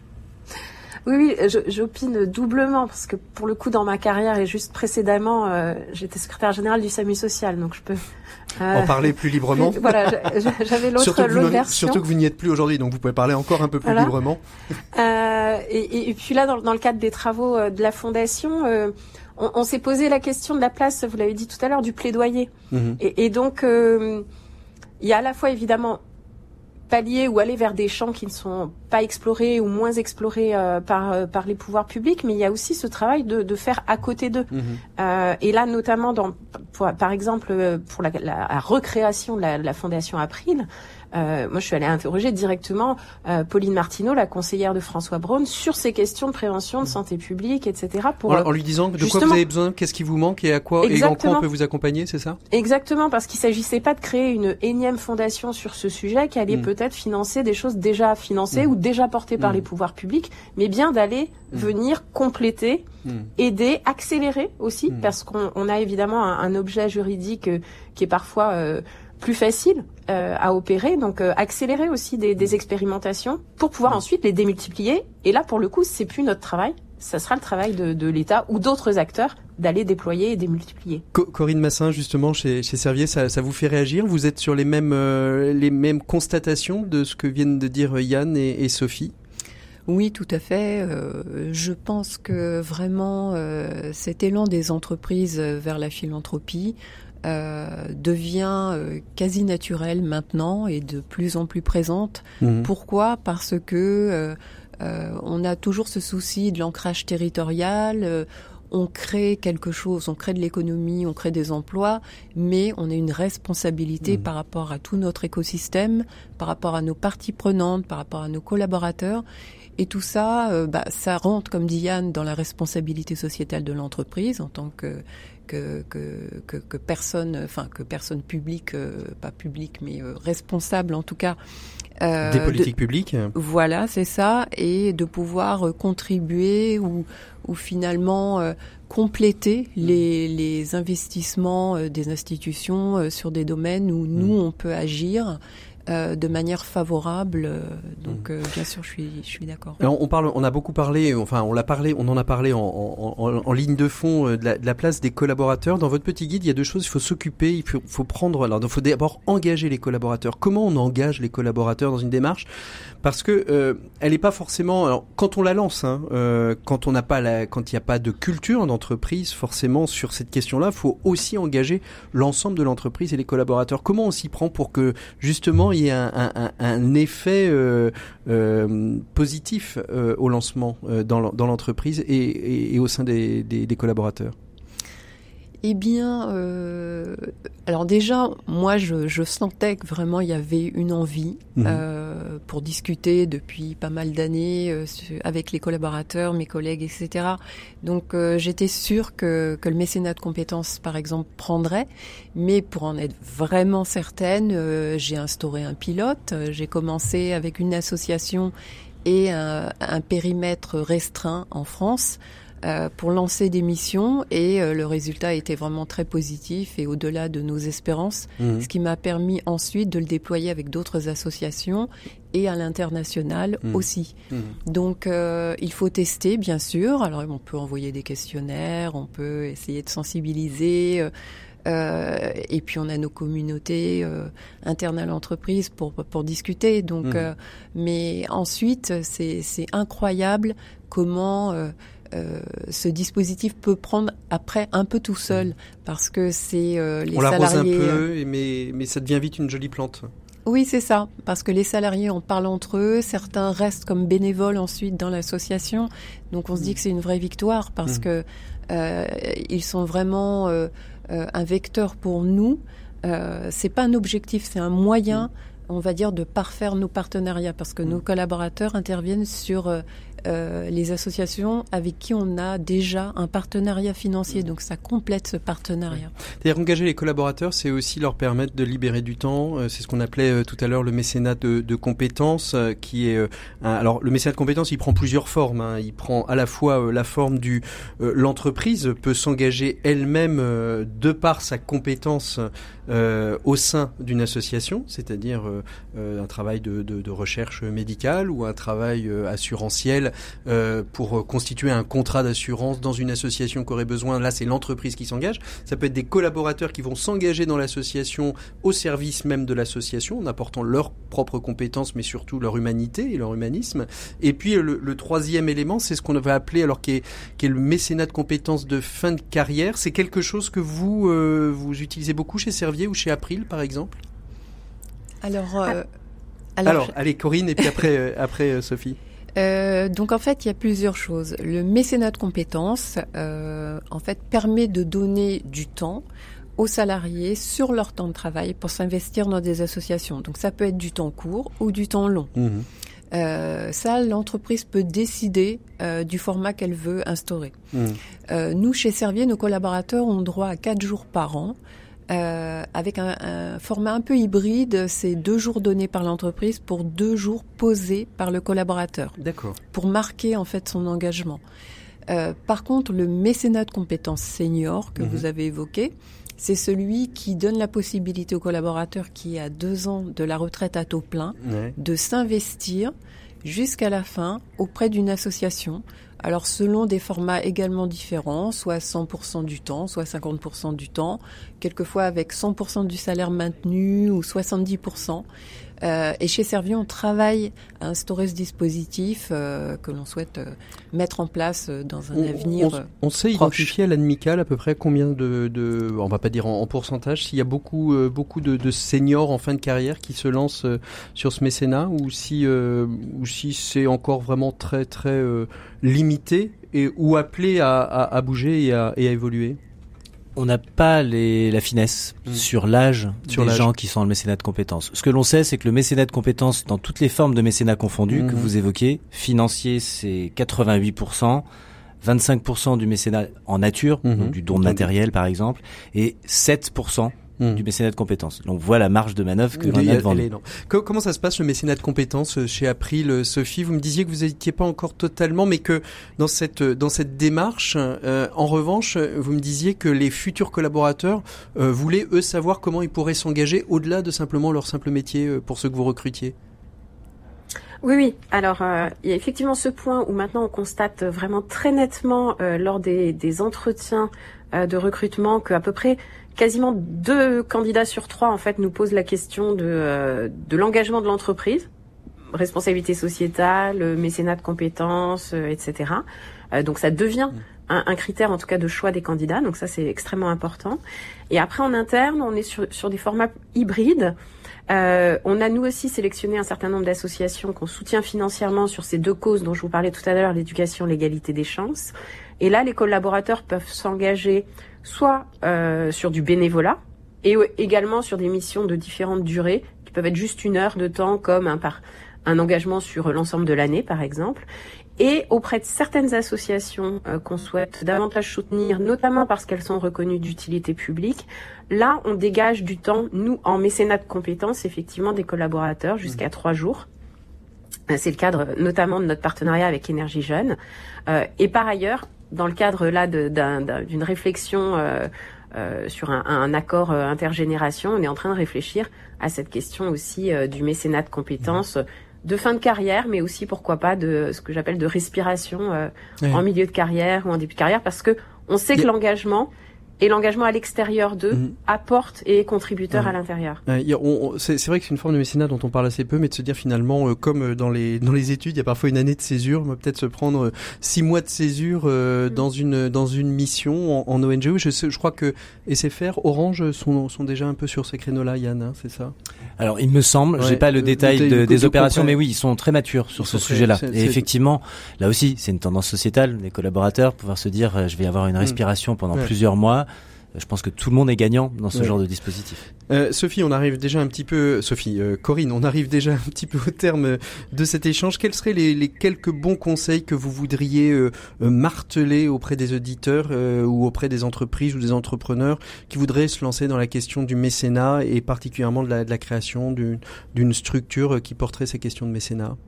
Oui, j'opine doublement parce que pour le coup, dans ma carrière et juste précédemment, j'étais secrétaire générale du SAMU social, donc je peux en parler plus librement. Voilà, j'avais l'autre version. Surtout que vous n'y êtes plus aujourd'hui, donc vous pouvez parler encore un peu plus librement. Et puis là, dans le cadre des travaux de la fondation, on s'est posé la question de la place, vous l'avez dit tout à l'heure, du plaidoyer. Et donc, il y a à la fois évidemment pallier ou aller vers des champs qui ne sont pas explorés ou moins explorés par les pouvoirs publics, mais il y a aussi ce travail de faire à côté d'eux. Et là, notamment, par exemple, pour la recréation de la Fondation April, moi, je suis allée interroger directement Pauline Martineau, la conseillère de François Braun, sur ces questions de prévention, de santé publique, etc. En lui disant de quoi vous avez besoin, qu'est-ce qui vous manque et à quoi et en quoi on peut vous accompagner, c'est ça ? Exactement, parce qu'il s'agissait pas de créer une énième fondation sur ce sujet qui allait peut-être financer des choses déjà financées ou déjà portées par les pouvoirs publics, mais bien d'aller venir compléter, aider, accélérer aussi, parce qu'on a évidemment un objet juridique qui est parfois plus facile à opérer, donc accélérer aussi des expérimentations pour pouvoir ensuite les démultiplier. Et là, pour le coup, c'est plus notre travail, ça sera le travail de l'État ou d'autres acteurs d'aller déployer et démultiplier. Corinne Massin, justement, chez Servier, ça vous fait réagir ? Vous êtes sur les mêmes constatations de ce que viennent de dire Yann et Sophie ? Oui, tout à fait. Je pense que vraiment cet élan des entreprises vers la philanthropie devient quasi naturel maintenant et de plus en plus présente. Pourquoi ? Parce que on a toujours ce souci de l'ancrage territorial. On crée quelque chose, on crée de l'économie, on crée des emplois, mais on a une responsabilité par rapport à tout notre écosystème, par rapport à nos parties prenantes, par rapport à nos collaborateurs. Et tout ça, ça rentre, comme dit Yann, dans la responsabilité sociétale de l'entreprise en tant que personne publique, pas publique, mais responsable en tout cas. Des politiques publiques. Voilà, c'est ça, et de pouvoir contribuer ou finalement compléter les investissements des institutions sur des domaines où nous on peut agir de manière favorable. Donc bien sûr, je suis d'accord. Alors, on a beaucoup parlé, enfin on en a parlé en ligne de fond de la place des collaborateurs. Dans votre petit guide, il y a deux choses. Il faut s'occuper, il faut prendre. Alors, il faut d'abord engager les collaborateurs. Comment on engage les collaborateurs dans une démarche ? Parce que elle est pas forcément. Alors, quand on la lance, quand il n'y a pas de culture d'entreprise, forcément sur cette question-là, faut aussi engager l'ensemble de l'entreprise et les collaborateurs. Comment on s'y prend pour que justement il y ait un effet positif au lancement dans l'entreprise et au sein des collaborateurs? Eh bien, alors déjà, moi, je sentais que vraiment il y avait une envie pour discuter depuis pas mal d'années avec les collaborateurs, mes collègues, etc. Donc, j'étais sûre que le mécénat de compétences, par exemple, prendrait. Mais pour en être vraiment certaine, j'ai instauré un pilote. J'ai commencé avec une association et un périmètre restreint en France. Pour lancer des missions et le résultat était vraiment très positif et au-delà de nos espérances, ce qui m'a permis ensuite de le déployer avec d'autres associations et à l'international aussi. Donc il faut tester bien sûr, alors on peut envoyer des questionnaires, on peut essayer de sensibiliser et puis on a nos communautés internes à l'entreprise pour discuter. Donc, mais ensuite c'est incroyable comment ce dispositif peut prendre après un peu tout seul parce que c'est les salariés. On l'arrose un peu, mais ça devient vite une jolie plante. Oui, c'est ça, parce que les salariés en parlent entre eux, certains restent comme bénévoles ensuite dans l'association, donc on se dit que c'est une vraie victoire parce que ils sont vraiment un vecteur pour nous. C'est pas un objectif, c'est un moyen, on va dire, de parfaire nos partenariats parce que nos collaborateurs interviennent sur les associations avec qui on a déjà un partenariat financier. Donc ça complète ce partenariat. C'est-à-dire engager les collaborateurs, c'est aussi leur permettre de libérer du temps. C'est ce qu'on appelait tout à l'heure le mécénat de compétences, qui est alors le mécénat de compétences, il prend plusieurs formes. Il prend à la fois la forme du l'entreprise peut s'engager elle-même de par sa compétence au sein d'une association, c'est-à-dire un travail de recherche médicale ou un travail assurantiel pour constituer un contrat d'assurance dans une association qui aurait besoin. Là, c'est l'entreprise qui s'engage. Ça peut être des collaborateurs qui vont s'engager dans l'association au service même de l'association en apportant leurs propres compétences, mais surtout leur humanité et leur humanisme. Et puis le troisième élément, c'est ce qu'on va appeler, alors qui est le mécénat de compétences de fin de carrière. C'est quelque chose que vous utilisez beaucoup chez Servier ou chez April, par exemple? Alors, allez Corinne, et puis après Sophie. Donc en fait, il y a plusieurs choses. Le mécénat de compétences, en fait, permet de donner du temps aux salariés sur leur temps de travail pour s'investir dans des associations. Donc ça peut être du temps court ou du temps long. Ça, l'entreprise peut décider du format qu'elle veut instaurer. Nous, chez Servier, nos collaborateurs ont droit à 4 jours par an. Avec un format un peu hybride, c'est 2 jours donnés par l'entreprise pour 2 jours posés par le collaborateur. D'accord. Pour marquer en fait son engagement. Par contre, le mécénat de compétences senior que vous avez évoqué, c'est celui qui donne la possibilité au collaborateur qui a 2 ans de la retraite à taux plein de s'investir jusqu'à la fin auprès d'une association. Alors selon des formats également différents, soit 100% du temps, soit 50% du temps, quelquefois avec 100% du salaire maintenu ou 70%. Et chez Servier, on travaille à instaurer ce dispositif que l'on souhaite mettre en place dans un avenir on sait proche. identifier à l'Admical à peu près combien de on va pas dire en pourcentage, s'il y a beaucoup de seniors en fin de carrière qui se lancent sur ce mécénat, ou si c'est encore vraiment très très limité ou appelé à bouger et à évoluer. On n'a pas la finesse sur l'âge des gens qui sont dans le mécénat de compétences. Ce que l'on sait, c'est que le mécénat de compétences, dans toutes les formes de mécénat confondues que vous évoquez, financier, c'est 88%, 25% du mécénat en nature, donc du don de matériel par exemple, et 7% du mécénat de compétences. Donc voilà la marge de manœuvre que l'on a devant nous. Comment ça se passe le mécénat de compétences chez April, Sophie? Vous me disiez que vous n'étiez pas encore totalement, mais que dans cette démarche, en revanche, vous me disiez que les futurs collaborateurs voulaient eux savoir comment ils pourraient s'engager au-delà de simplement leur simple métier pour ceux que vous recrutiez. Oui. Alors, il y a effectivement ce point où maintenant on constate vraiment très nettement lors des entretiens de recrutement qu'à peu près quasiment 2 candidats sur 3 en fait nous posent la question de l'engagement de l'entreprise, responsabilité sociétale, mécénat de compétences, etc. Donc ça devient un critère en tout cas de choix des candidats. Donc ça c'est extrêmement important. Et après en interne, on est sur des formats hybrides. On a nous aussi sélectionné un certain nombre d'associations qu'on soutient financièrement sur ces 2 causes dont je vous parlais tout à l'heure, l'éducation, l'égalité des chances. Et là, les collaborateurs peuvent s'engager soit sur du bénévolat et également sur des missions de différentes durées qui peuvent être juste 1 heure de temps comme un engagement sur l'ensemble de l'année par exemple. Et auprès de certaines associations qu'on souhaite davantage soutenir, notamment parce qu'elles sont reconnues d'utilité publique, là on dégage du temps, nous en mécénat de compétences, effectivement des collaborateurs jusqu'à 3 jours. C'est le cadre notamment de notre partenariat avec Énergie Jeune. Et par ailleurs, dans le cadre là d'une réflexion sur un accord intergénération, on est en train de réfléchir à cette question aussi du mécénat de compétences de fin de carrière, mais aussi pourquoi pas de ce que j'appelle de respiration en milieu de carrière ou en début de carrière, parce que on sait que l'engagement et l'engagement à l'extérieur d'eux apporte et est contributeur à l'intérieur. C'est vrai que c'est une forme de mécénat dont on parle assez peu, mais de se dire finalement, comme dans les études, il y a parfois une année de césure, on va peut-être se prendre 6 mois de césure dans une mission en ONG. Je crois que SFR, Orange sont déjà un peu sur ces créneaux-là, Yann, hein, c'est ça? Alors il me semble, j'ai pas le détail des opérations, mais oui, ils sont très matures sur ce sujet-là. Et effectivement, là aussi, c'est une tendance sociétale des collaborateurs, pouvoir se dire, je vais avoir une respiration pendant plusieurs mois. je pense que tout le monde est gagnant dans ce genre de dispositif. Sophie, on arrive déjà un petit peu, Corinne, on arrive déjà un petit peu au terme de cet échange. Quels seraient les quelques bons conseils que vous voudriez marteler auprès des auditeurs ou auprès des entreprises ou des entrepreneurs qui voudraient se lancer dans la question du mécénat et particulièrement de la création d'une structure qui porterait ces questions de mécénat?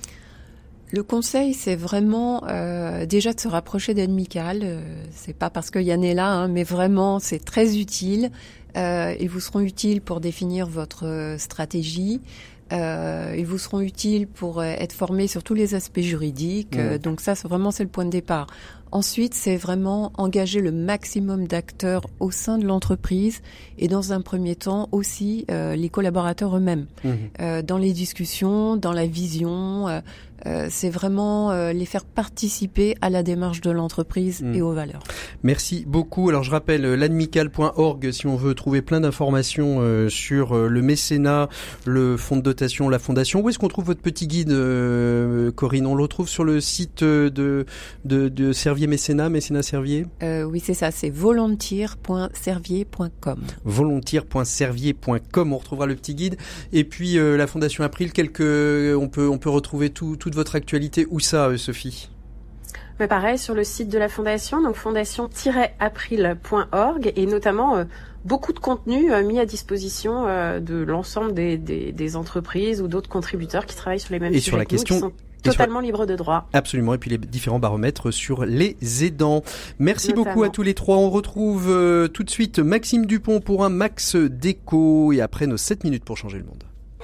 Le conseil, c'est vraiment déjà de se rapprocher d'Admical. C'est pas parce que Yann est là, mais vraiment, c'est très utile. Ils vous seront utiles pour définir votre stratégie. Ils vous seront utiles pour être formés sur tous les aspects juridiques. Donc ça, c'est le point de départ. Ensuite, c'est vraiment engager le maximum d'acteurs au sein de l'entreprise et dans un premier temps aussi les collaborateurs eux-mêmes. Dans les discussions, dans la vision, c'est vraiment les faire participer à la démarche de l'entreprise et aux valeurs. Merci beaucoup. Alors je rappelle l'admical.org si on veut trouver plein d'informations sur le mécénat, le fonds de dotation, la fondation. Où est-ce qu'on trouve votre petit guide, Corinne? On le retrouve sur le site de Servier Mécénat Servier? Oui, c'est ça, c'est volontiers.servier.com. Volontiers.servier.com, on retrouvera le petit guide. Et puis la Fondation April, on peut retrouver toute votre actualité. Où ça, Sophie? Mais pareil, sur le site de la Fondation, donc fondation-april.org, et notamment beaucoup de contenu mis à disposition de l'ensemble des entreprises ou d'autres contributeurs qui travaillent sur les mêmes sujets que nous, qui sont totalement libre de droit. Absolument. Et puis les différents baromètres sur les aidants. Merci beaucoup à tous les trois. On retrouve tout de suite Maxime Dupont pour un Max Déco et après nos 7 minutes pour changer le monde.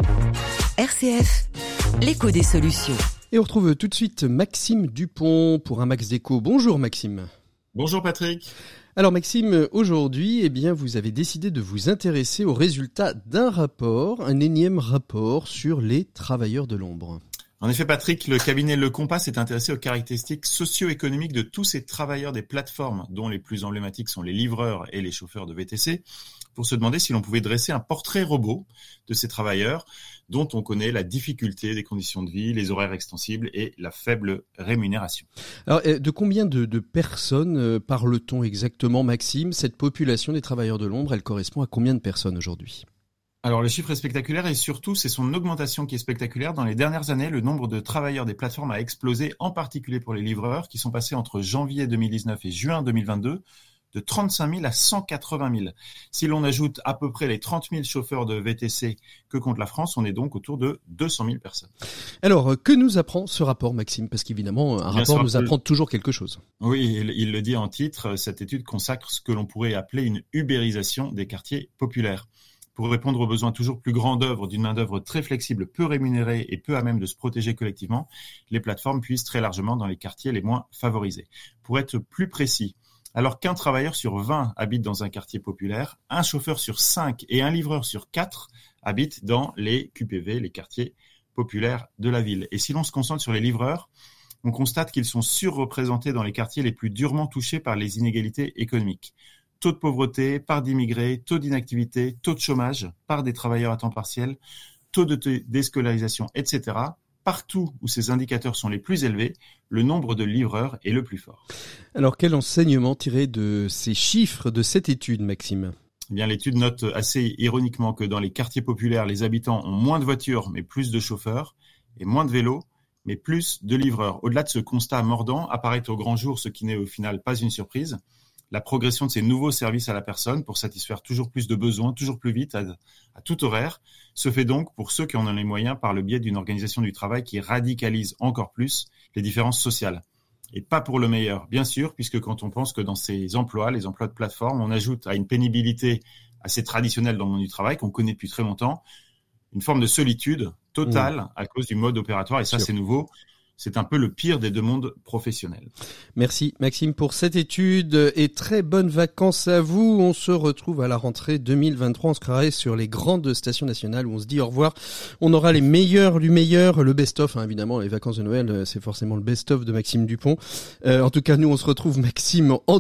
RCF, l'écho des solutions. Et on retrouve tout de suite Maxime Dupont pour un Max Déco. Bonjour Maxime. Bonjour Patrick. Alors Maxime, aujourd'hui, vous avez décidé de vous intéresser aux résultats d'un rapport, un énième rapport sur les travailleurs de l'ombre. En effet, Patrick, le cabinet Le Compas s'est intéressé aux caractéristiques socio-économiques de tous ces travailleurs des plateformes, dont les plus emblématiques sont les livreurs et les chauffeurs de VTC, pour se demander si l'on pouvait dresser un portrait robot de ces travailleurs, dont on connaît la difficulté des conditions de vie, les horaires extensibles et la faible rémunération. Alors, de combien de personnes parle-t-on exactement, Maxime? Cette population des travailleurs de l'ombre, elle correspond à combien de personnes aujourd'hui? Alors le chiffre est spectaculaire et surtout c'est son augmentation qui est spectaculaire. Dans les dernières années, le nombre de travailleurs des plateformes a explosé, en particulier pour les livreurs qui sont passés entre janvier 2019 et juin 2022 de 35 000 à 180 000. Si l'on ajoute à peu près les 30 000 chauffeurs de VTC que compte la France, on est donc autour de 200 000 personnes. Alors, que nous apprend ce rapport, Maxime? Parce qu'évidemment, un rapport nous apprend toujours quelque chose. Oui, il le dit en titre, cette étude consacre ce que l'on pourrait appeler une ubérisation des quartiers populaires. Pour répondre aux besoins toujours plus grands d'œuvre, d'une main-d'œuvre très flexible, peu rémunérée et peu à même de se protéger collectivement, les plateformes puissent très largement dans les quartiers les moins favorisés. Pour être plus précis, alors qu'un travailleur sur 20 habite dans un quartier populaire, un chauffeur sur 5 et un livreur sur 4 habitent dans les QPV, les quartiers populaires de la ville. Et si l'on se concentre sur les livreurs, on constate qu'ils sont surreprésentés dans les quartiers les plus durement touchés par les inégalités économiques. Taux de pauvreté, part d'immigrés, taux d'inactivité, taux de chômage, part des travailleurs à temps partiel, taux de déscolarisation, etc. Partout où ces indicateurs sont les plus élevés, le nombre de livreurs est le plus fort. Alors, quel enseignement tirer de ces chiffres de cette étude, Maxime ? Eh bien, l'étude note assez ironiquement que dans les quartiers populaires, les habitants ont moins de voitures, mais plus de chauffeurs, et moins de vélos, mais plus de livreurs. Au-delà de ce constat mordant, apparaît au grand jour ce qui n'est au final pas une surprise. La progression de ces nouveaux services à la personne pour satisfaire toujours plus de besoins, toujours plus vite, à tout horaire, se fait donc pour ceux qui en ont les moyens par le biais d'une organisation du travail qui radicalise encore plus les différences sociales. Et pas pour le meilleur, bien sûr, puisque quand on pense que dans ces emplois, les emplois de plateforme, on ajoute à une pénibilité assez traditionnelle dans le monde du travail, qu'on connaît depuis très longtemps, une forme de solitude totale à cause du mode opératoire, et ça c'est nouveau. C'est un peu le pire des deux mondes professionnels. Merci Maxime pour cette étude et très bonnes vacances à vous. On se retrouve à la rentrée 2023. On se croirait sur les grandes stations nationales où on se dit au revoir. On aura les meilleurs du meilleur, le best-of, évidemment. Les vacances de Noël, c'est forcément le best-of de Maxime Dupont. En tout cas, nous, on se retrouve, Maxime, en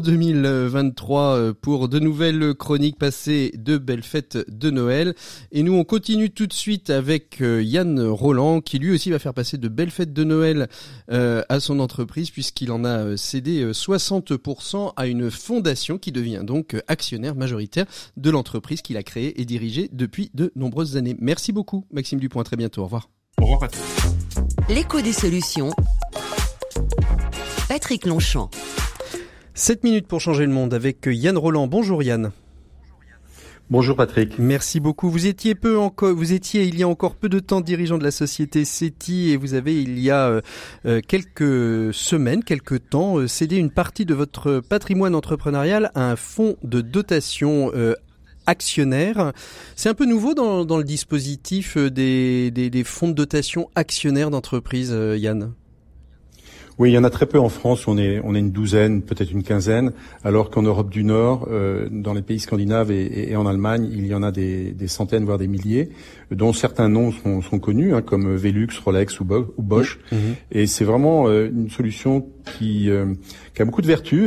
2023 pour de nouvelles chroniques, passées de belles fêtes de Noël. Et nous, on continue tout de suite avec Yann Roland qui lui aussi va faire passer de belles fêtes de Noël social à son entreprise puisqu'il en a cédé 60% à une fondation qui devient donc actionnaire majoritaire de l'entreprise qu'il a créée et dirigée depuis de nombreuses années. Merci beaucoup Maxime Dupont, à très bientôt, au revoir. Au revoir Patrick. L'écho des solutions. Patrick Longchamp. 7 minutes pour changer le monde avec Yann Roland. Bonjour Yann. Bonjour Patrick. Merci beaucoup. Vous étiez il y a encore peu de temps dirigeant de la société CETI et vous avez il y a quelques temps cédé une partie de votre patrimoine entrepreneurial à un fonds de dotation actionnaire. C'est un peu nouveau dans le dispositif des fonds de dotation actionnaires d'entreprise, Yann. Oui, il y en a très peu en France. On est une douzaine, peut-être une quinzaine, alors qu'en Europe du Nord, dans les pays scandinaves et en Allemagne, il y en a des centaines, voire des milliers, dont certains noms sont connus, comme Velux, Rolex ou Bosch. Mmh. Et c'est vraiment une solution qui a beaucoup de vertus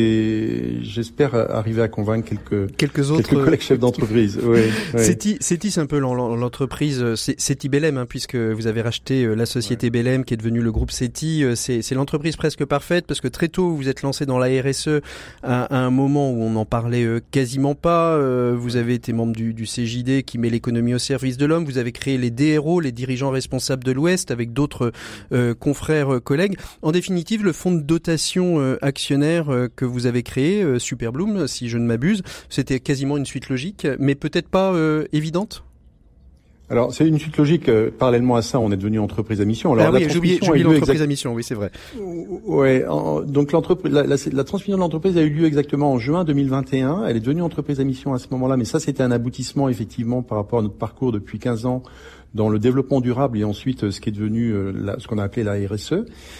et j'espère arriver à convaincre quelques autres collègues chefs d'entreprise. Oui. CETI, c'est un peu l'entreprise CETI Bellem, puisque vous avez racheté la société Bellem qui est devenue le groupe CETI. C'est l'entreprise presque parfaite parce que très tôt vous êtes lancé dans la RSE à un moment où on n'en parlait quasiment pas. Vous avez été membre du CJD qui met l'économie au service de l'homme. Vous avez créé les DRO, les dirigeants responsables de l'Ouest, avec d'autres confrères, collègues. En définitive, le fonds de dotation actionnaire que vous avez créé, Superbloom, si je ne m'abuse, c'était quasiment une suite logique, mais peut-être pas évidente. Alors, c'est une suite logique. Parallèlement à ça, on est devenu entreprise à mission. Alors, j'ai oublié l'entreprise à mission. Oui, c'est vrai. Ouais. Donc, la transmission de l'entreprise a eu lieu exactement en juin 2021. Elle est devenue entreprise à mission à ce moment-là, mais ça, c'était un aboutissement effectivement par rapport à notre parcours depuis 15 ans dans le développement durable et ensuite ce qui est devenu ce qu'on a appelé la RSE.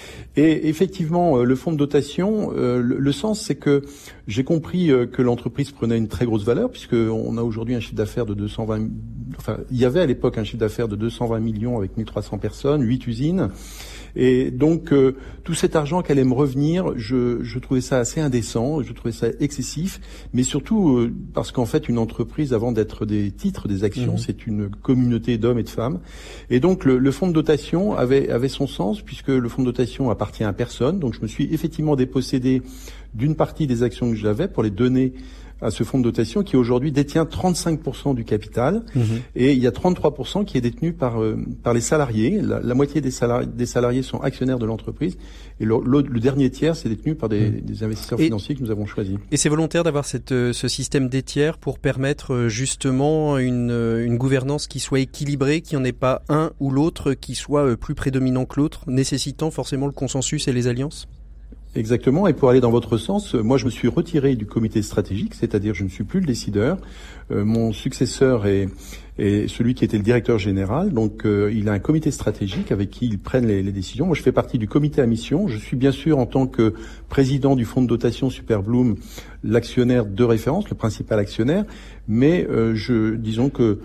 Et effectivement, le fonds de dotation, le sens, c'est que j'ai compris que l'entreprise prenait une très grosse valeur puisque on a aujourd'hui un chiffre d'affaires de 220. Enfin, il y avait à l'époque un chiffre d'affaires de 220 millions avec 1300 personnes, 8 usines. Et donc, tout cet argent qu'allait me revenir, je trouvais ça assez indécent, je trouvais ça excessif, mais surtout parce qu'en fait, une entreprise, avant d'être des titres, des actions, c'est une communauté d'hommes et de femmes. Et donc, le fonds de dotation avait son sens, puisque le fonds de dotation appartient à personne. Donc, je me suis effectivement dépossédé d'une partie des actions que j'avais pour les donner à ce fonds de dotation qui aujourd'hui détient 35% du capital et il y a 33% qui est détenu par les salariés. La moitié des salariés sont actionnaires de l'entreprise et le dernier tiers c'est détenu par des investisseurs financiers que nous avons choisis. Et c'est volontaire d'avoir ce système des tiers pour permettre justement une gouvernance qui soit équilibrée, qu'il n'y en ait pas un ou l'autre qui soit plus prédominant que l'autre, nécessitant forcément le consensus et les alliances? Exactement. Et pour aller dans votre sens, moi, je me suis retiré du comité stratégique, c'est-à-dire je ne suis plus le décideur. Mon successeur est celui qui était le directeur général. Donc, il a un comité stratégique avec qui ils prennent les décisions. Moi, je fais partie du comité à mission. Je suis bien sûr, en tant que président du fonds de dotation Superbloom, l'actionnaire de référence, le principal actionnaire. Mais disons que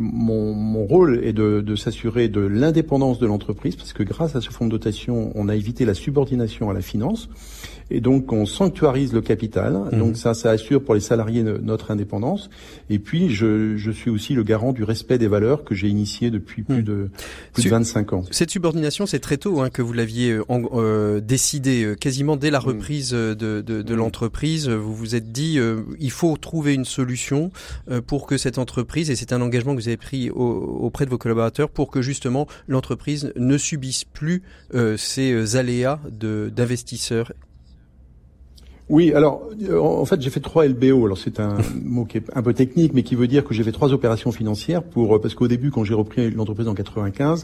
mon rôle est de s'assurer de l'indépendance de l'entreprise, parce que grâce à ce fonds de dotation, on a évité la subordination à la finance. Et donc, on sanctuarise le capital. Donc, ça assure pour les salariés notre indépendance. Et puis, je suis aussi le garant du respect des valeurs que j'ai initiées depuis plus de 25 ans. Cette subordination, c'est très tôt que vous l'aviez décidé, quasiment dès la reprise de l'entreprise. Vous vous êtes dit, il faut trouver une solution pour que cette entreprise, et c'est un engagement que vous avez pris auprès de vos collaborateurs, pour que justement l'entreprise ne subisse plus ces aléas d'investisseurs. Oui, alors en fait j'ai fait 3 LBO. Alors c'est un mot qui est un peu technique, mais qui veut dire que j'ai fait 3 opérations financières parce qu'au début, quand j'ai repris l'entreprise en 95,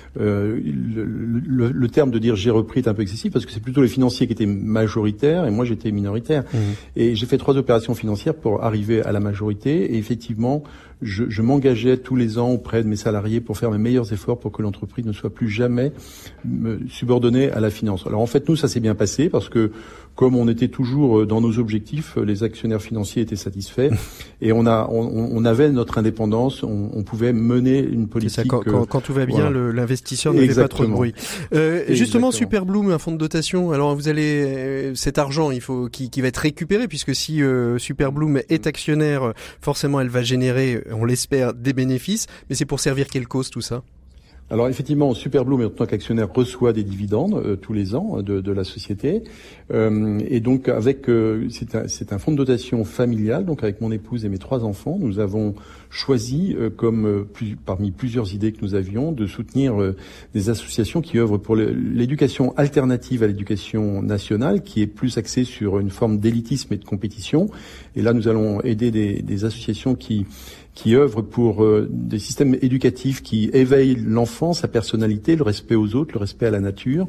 le terme de dire j'ai repris est un peu excessif parce que c'est plutôt les financiers qui étaient majoritaires et moi j'étais minoritaire. Et j'ai fait 3 opérations financières pour arriver à la majorité. Et effectivement, je m'engageais tous les ans auprès de mes salariés pour faire mes meilleurs efforts pour que l'entreprise ne soit plus jamais subordonnée à la finance. Alors en fait, nous, ça s'est bien passé parce que comme on était toujours dans nos objectifs, les actionnaires financiers étaient satisfaits et on avait notre indépendance, on pouvait mener une politique. C'est ça, quand tout va bien, voilà. L'investisseur ne fait pas trop de bruit. Justement, Superbloom, un fonds de dotation. Alors vous allez cet argent, qui va être récupéré puisque si Superbloom est actionnaire, forcément elle va générer, on l'espère, des bénéfices. Mais c'est pour servir quelle cause tout ça? Alors effectivement, Superbloom, en tant qu'actionnaire, reçoit des dividendes tous les ans de la société. Et donc c'est un fonds de dotation familial. Donc avec mon épouse et mes 3 enfants, nous avons choisi, parmi plusieurs idées que nous avions, de soutenir des associations qui œuvrent pour l'éducation alternative à l'éducation nationale, qui est plus axée sur une forme d'élitisme et de compétition. Et là, nous allons aider des associations qui œuvrent pour des systèmes éducatifs qui éveillent l'enfant, sa personnalité, le respect aux autres, le respect à la nature,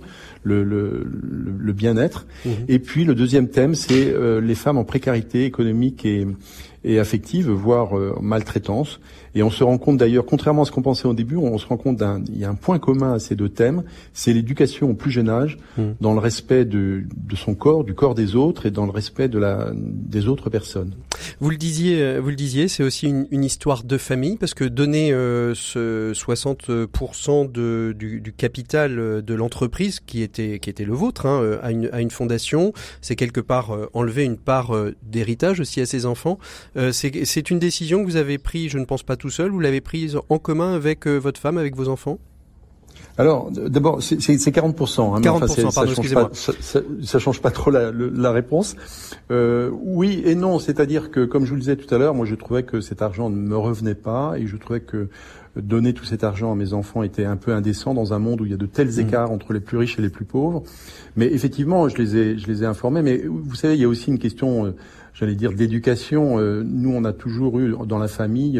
le bien-être. Et puis le deuxième thème, c'est les femmes en précarité économique et affective, voire maltraitance. Et on se rend compte d'ailleurs, contrairement à ce qu'on pensait au début, on se rend compte il y a un point commun à ces 2 thèmes, c'est l'éducation au plus jeune âge, dans le respect de son corps, du corps des autres et dans le respect des autres personnes. Vous le disiez, c'est aussi une histoire de famille, parce que donner ce 60% du capital de l'entreprise qui était le vôtre à une fondation, c'est quelque part enlever une part d'héritage aussi à ses enfants. C'est une décision que vous avez prise, je ne pense pas tout seul, vous l'avez prise en commun avec votre femme, avec vos enfants? Alors, d'abord, c'est 40%. 40%, pardon, excusez-moi. Ça change pas trop la réponse. Oui et non, c'est-à-dire que, comme je vous le disais tout à l'heure, moi je trouvais que cet argent ne me revenait pas et je trouvais que donner tout cet argent à mes enfants était un peu indécent dans un monde où il y a de tels écarts entre les plus riches et les plus pauvres. Mais effectivement, je les ai informés. Mais vous savez, il y a aussi une question, j'allais dire, d'éducation. Nous, on a toujours eu dans la famille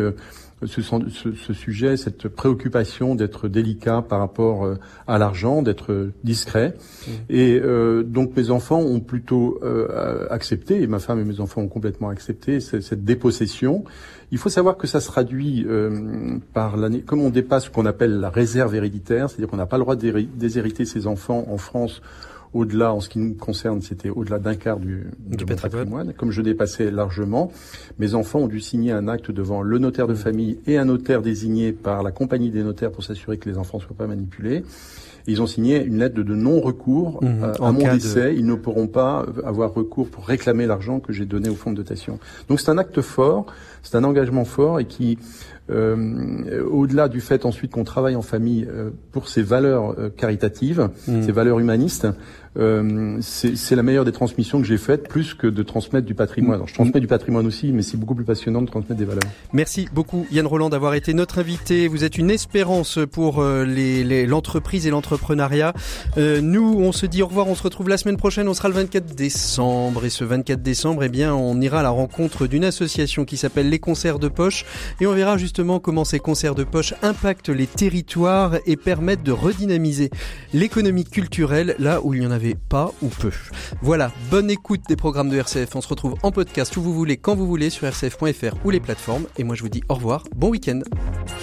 ce sujet, cette préoccupation d'être délicat par rapport à l'argent, d'être discret. Et donc mes enfants ont plutôt accepté, et ma femme et mes enfants ont complètement accepté cette dépossession. Il faut savoir que ça se traduit par l'année, comme on dépasse ce qu'on appelle la réserve héréditaire, c'est-à-dire qu'on n'a pas le droit de déshériter ses enfants en France. Au-delà, en ce qui nous concerne, c'était au-delà d'un quart de mon patrimoine. Comme je dépassais largement, mes enfants ont dû signer un acte devant le notaire de famille et un notaire désigné par la compagnie des notaires pour s'assurer que les enfants ne soient pas manipulés. Et ils ont signé une lettre de non-recours. À mon décès, ils ne pourront pas avoir recours pour réclamer l'argent que j'ai donné au fonds de dotation. Donc c'est un acte fort, c'est un engagement fort et qui... au-delà du fait ensuite qu'on travaille en famille pour ces valeurs caritatives, ces valeurs humanistes, c'est la meilleure des transmissions que j'ai faites, plus que de transmettre du patrimoine. Alors, je transmets du patrimoine aussi, mais c'est beaucoup plus passionnant de transmettre des valeurs. Merci beaucoup Yann Rolland d'avoir été notre invité. Vous êtes une espérance pour l'entreprise et l'entrepreneuriat. Nous, on se dit au revoir, on se retrouve la semaine prochaine, on sera le 24 décembre. Et ce 24 décembre, eh bien, on ira à la rencontre d'une association qui s'appelle les Concerts de Poche. Et on verra justement comment ces concerts de poche impactent les territoires et permettent de redynamiser l'économie culturelle là où il n'y en avait pas ou peu. Voilà, bonne écoute des programmes de RCF. On se retrouve en podcast où vous voulez, quand vous voulez, sur rcf.fr ou les plateformes. Et moi je vous dis au revoir, bon week-end.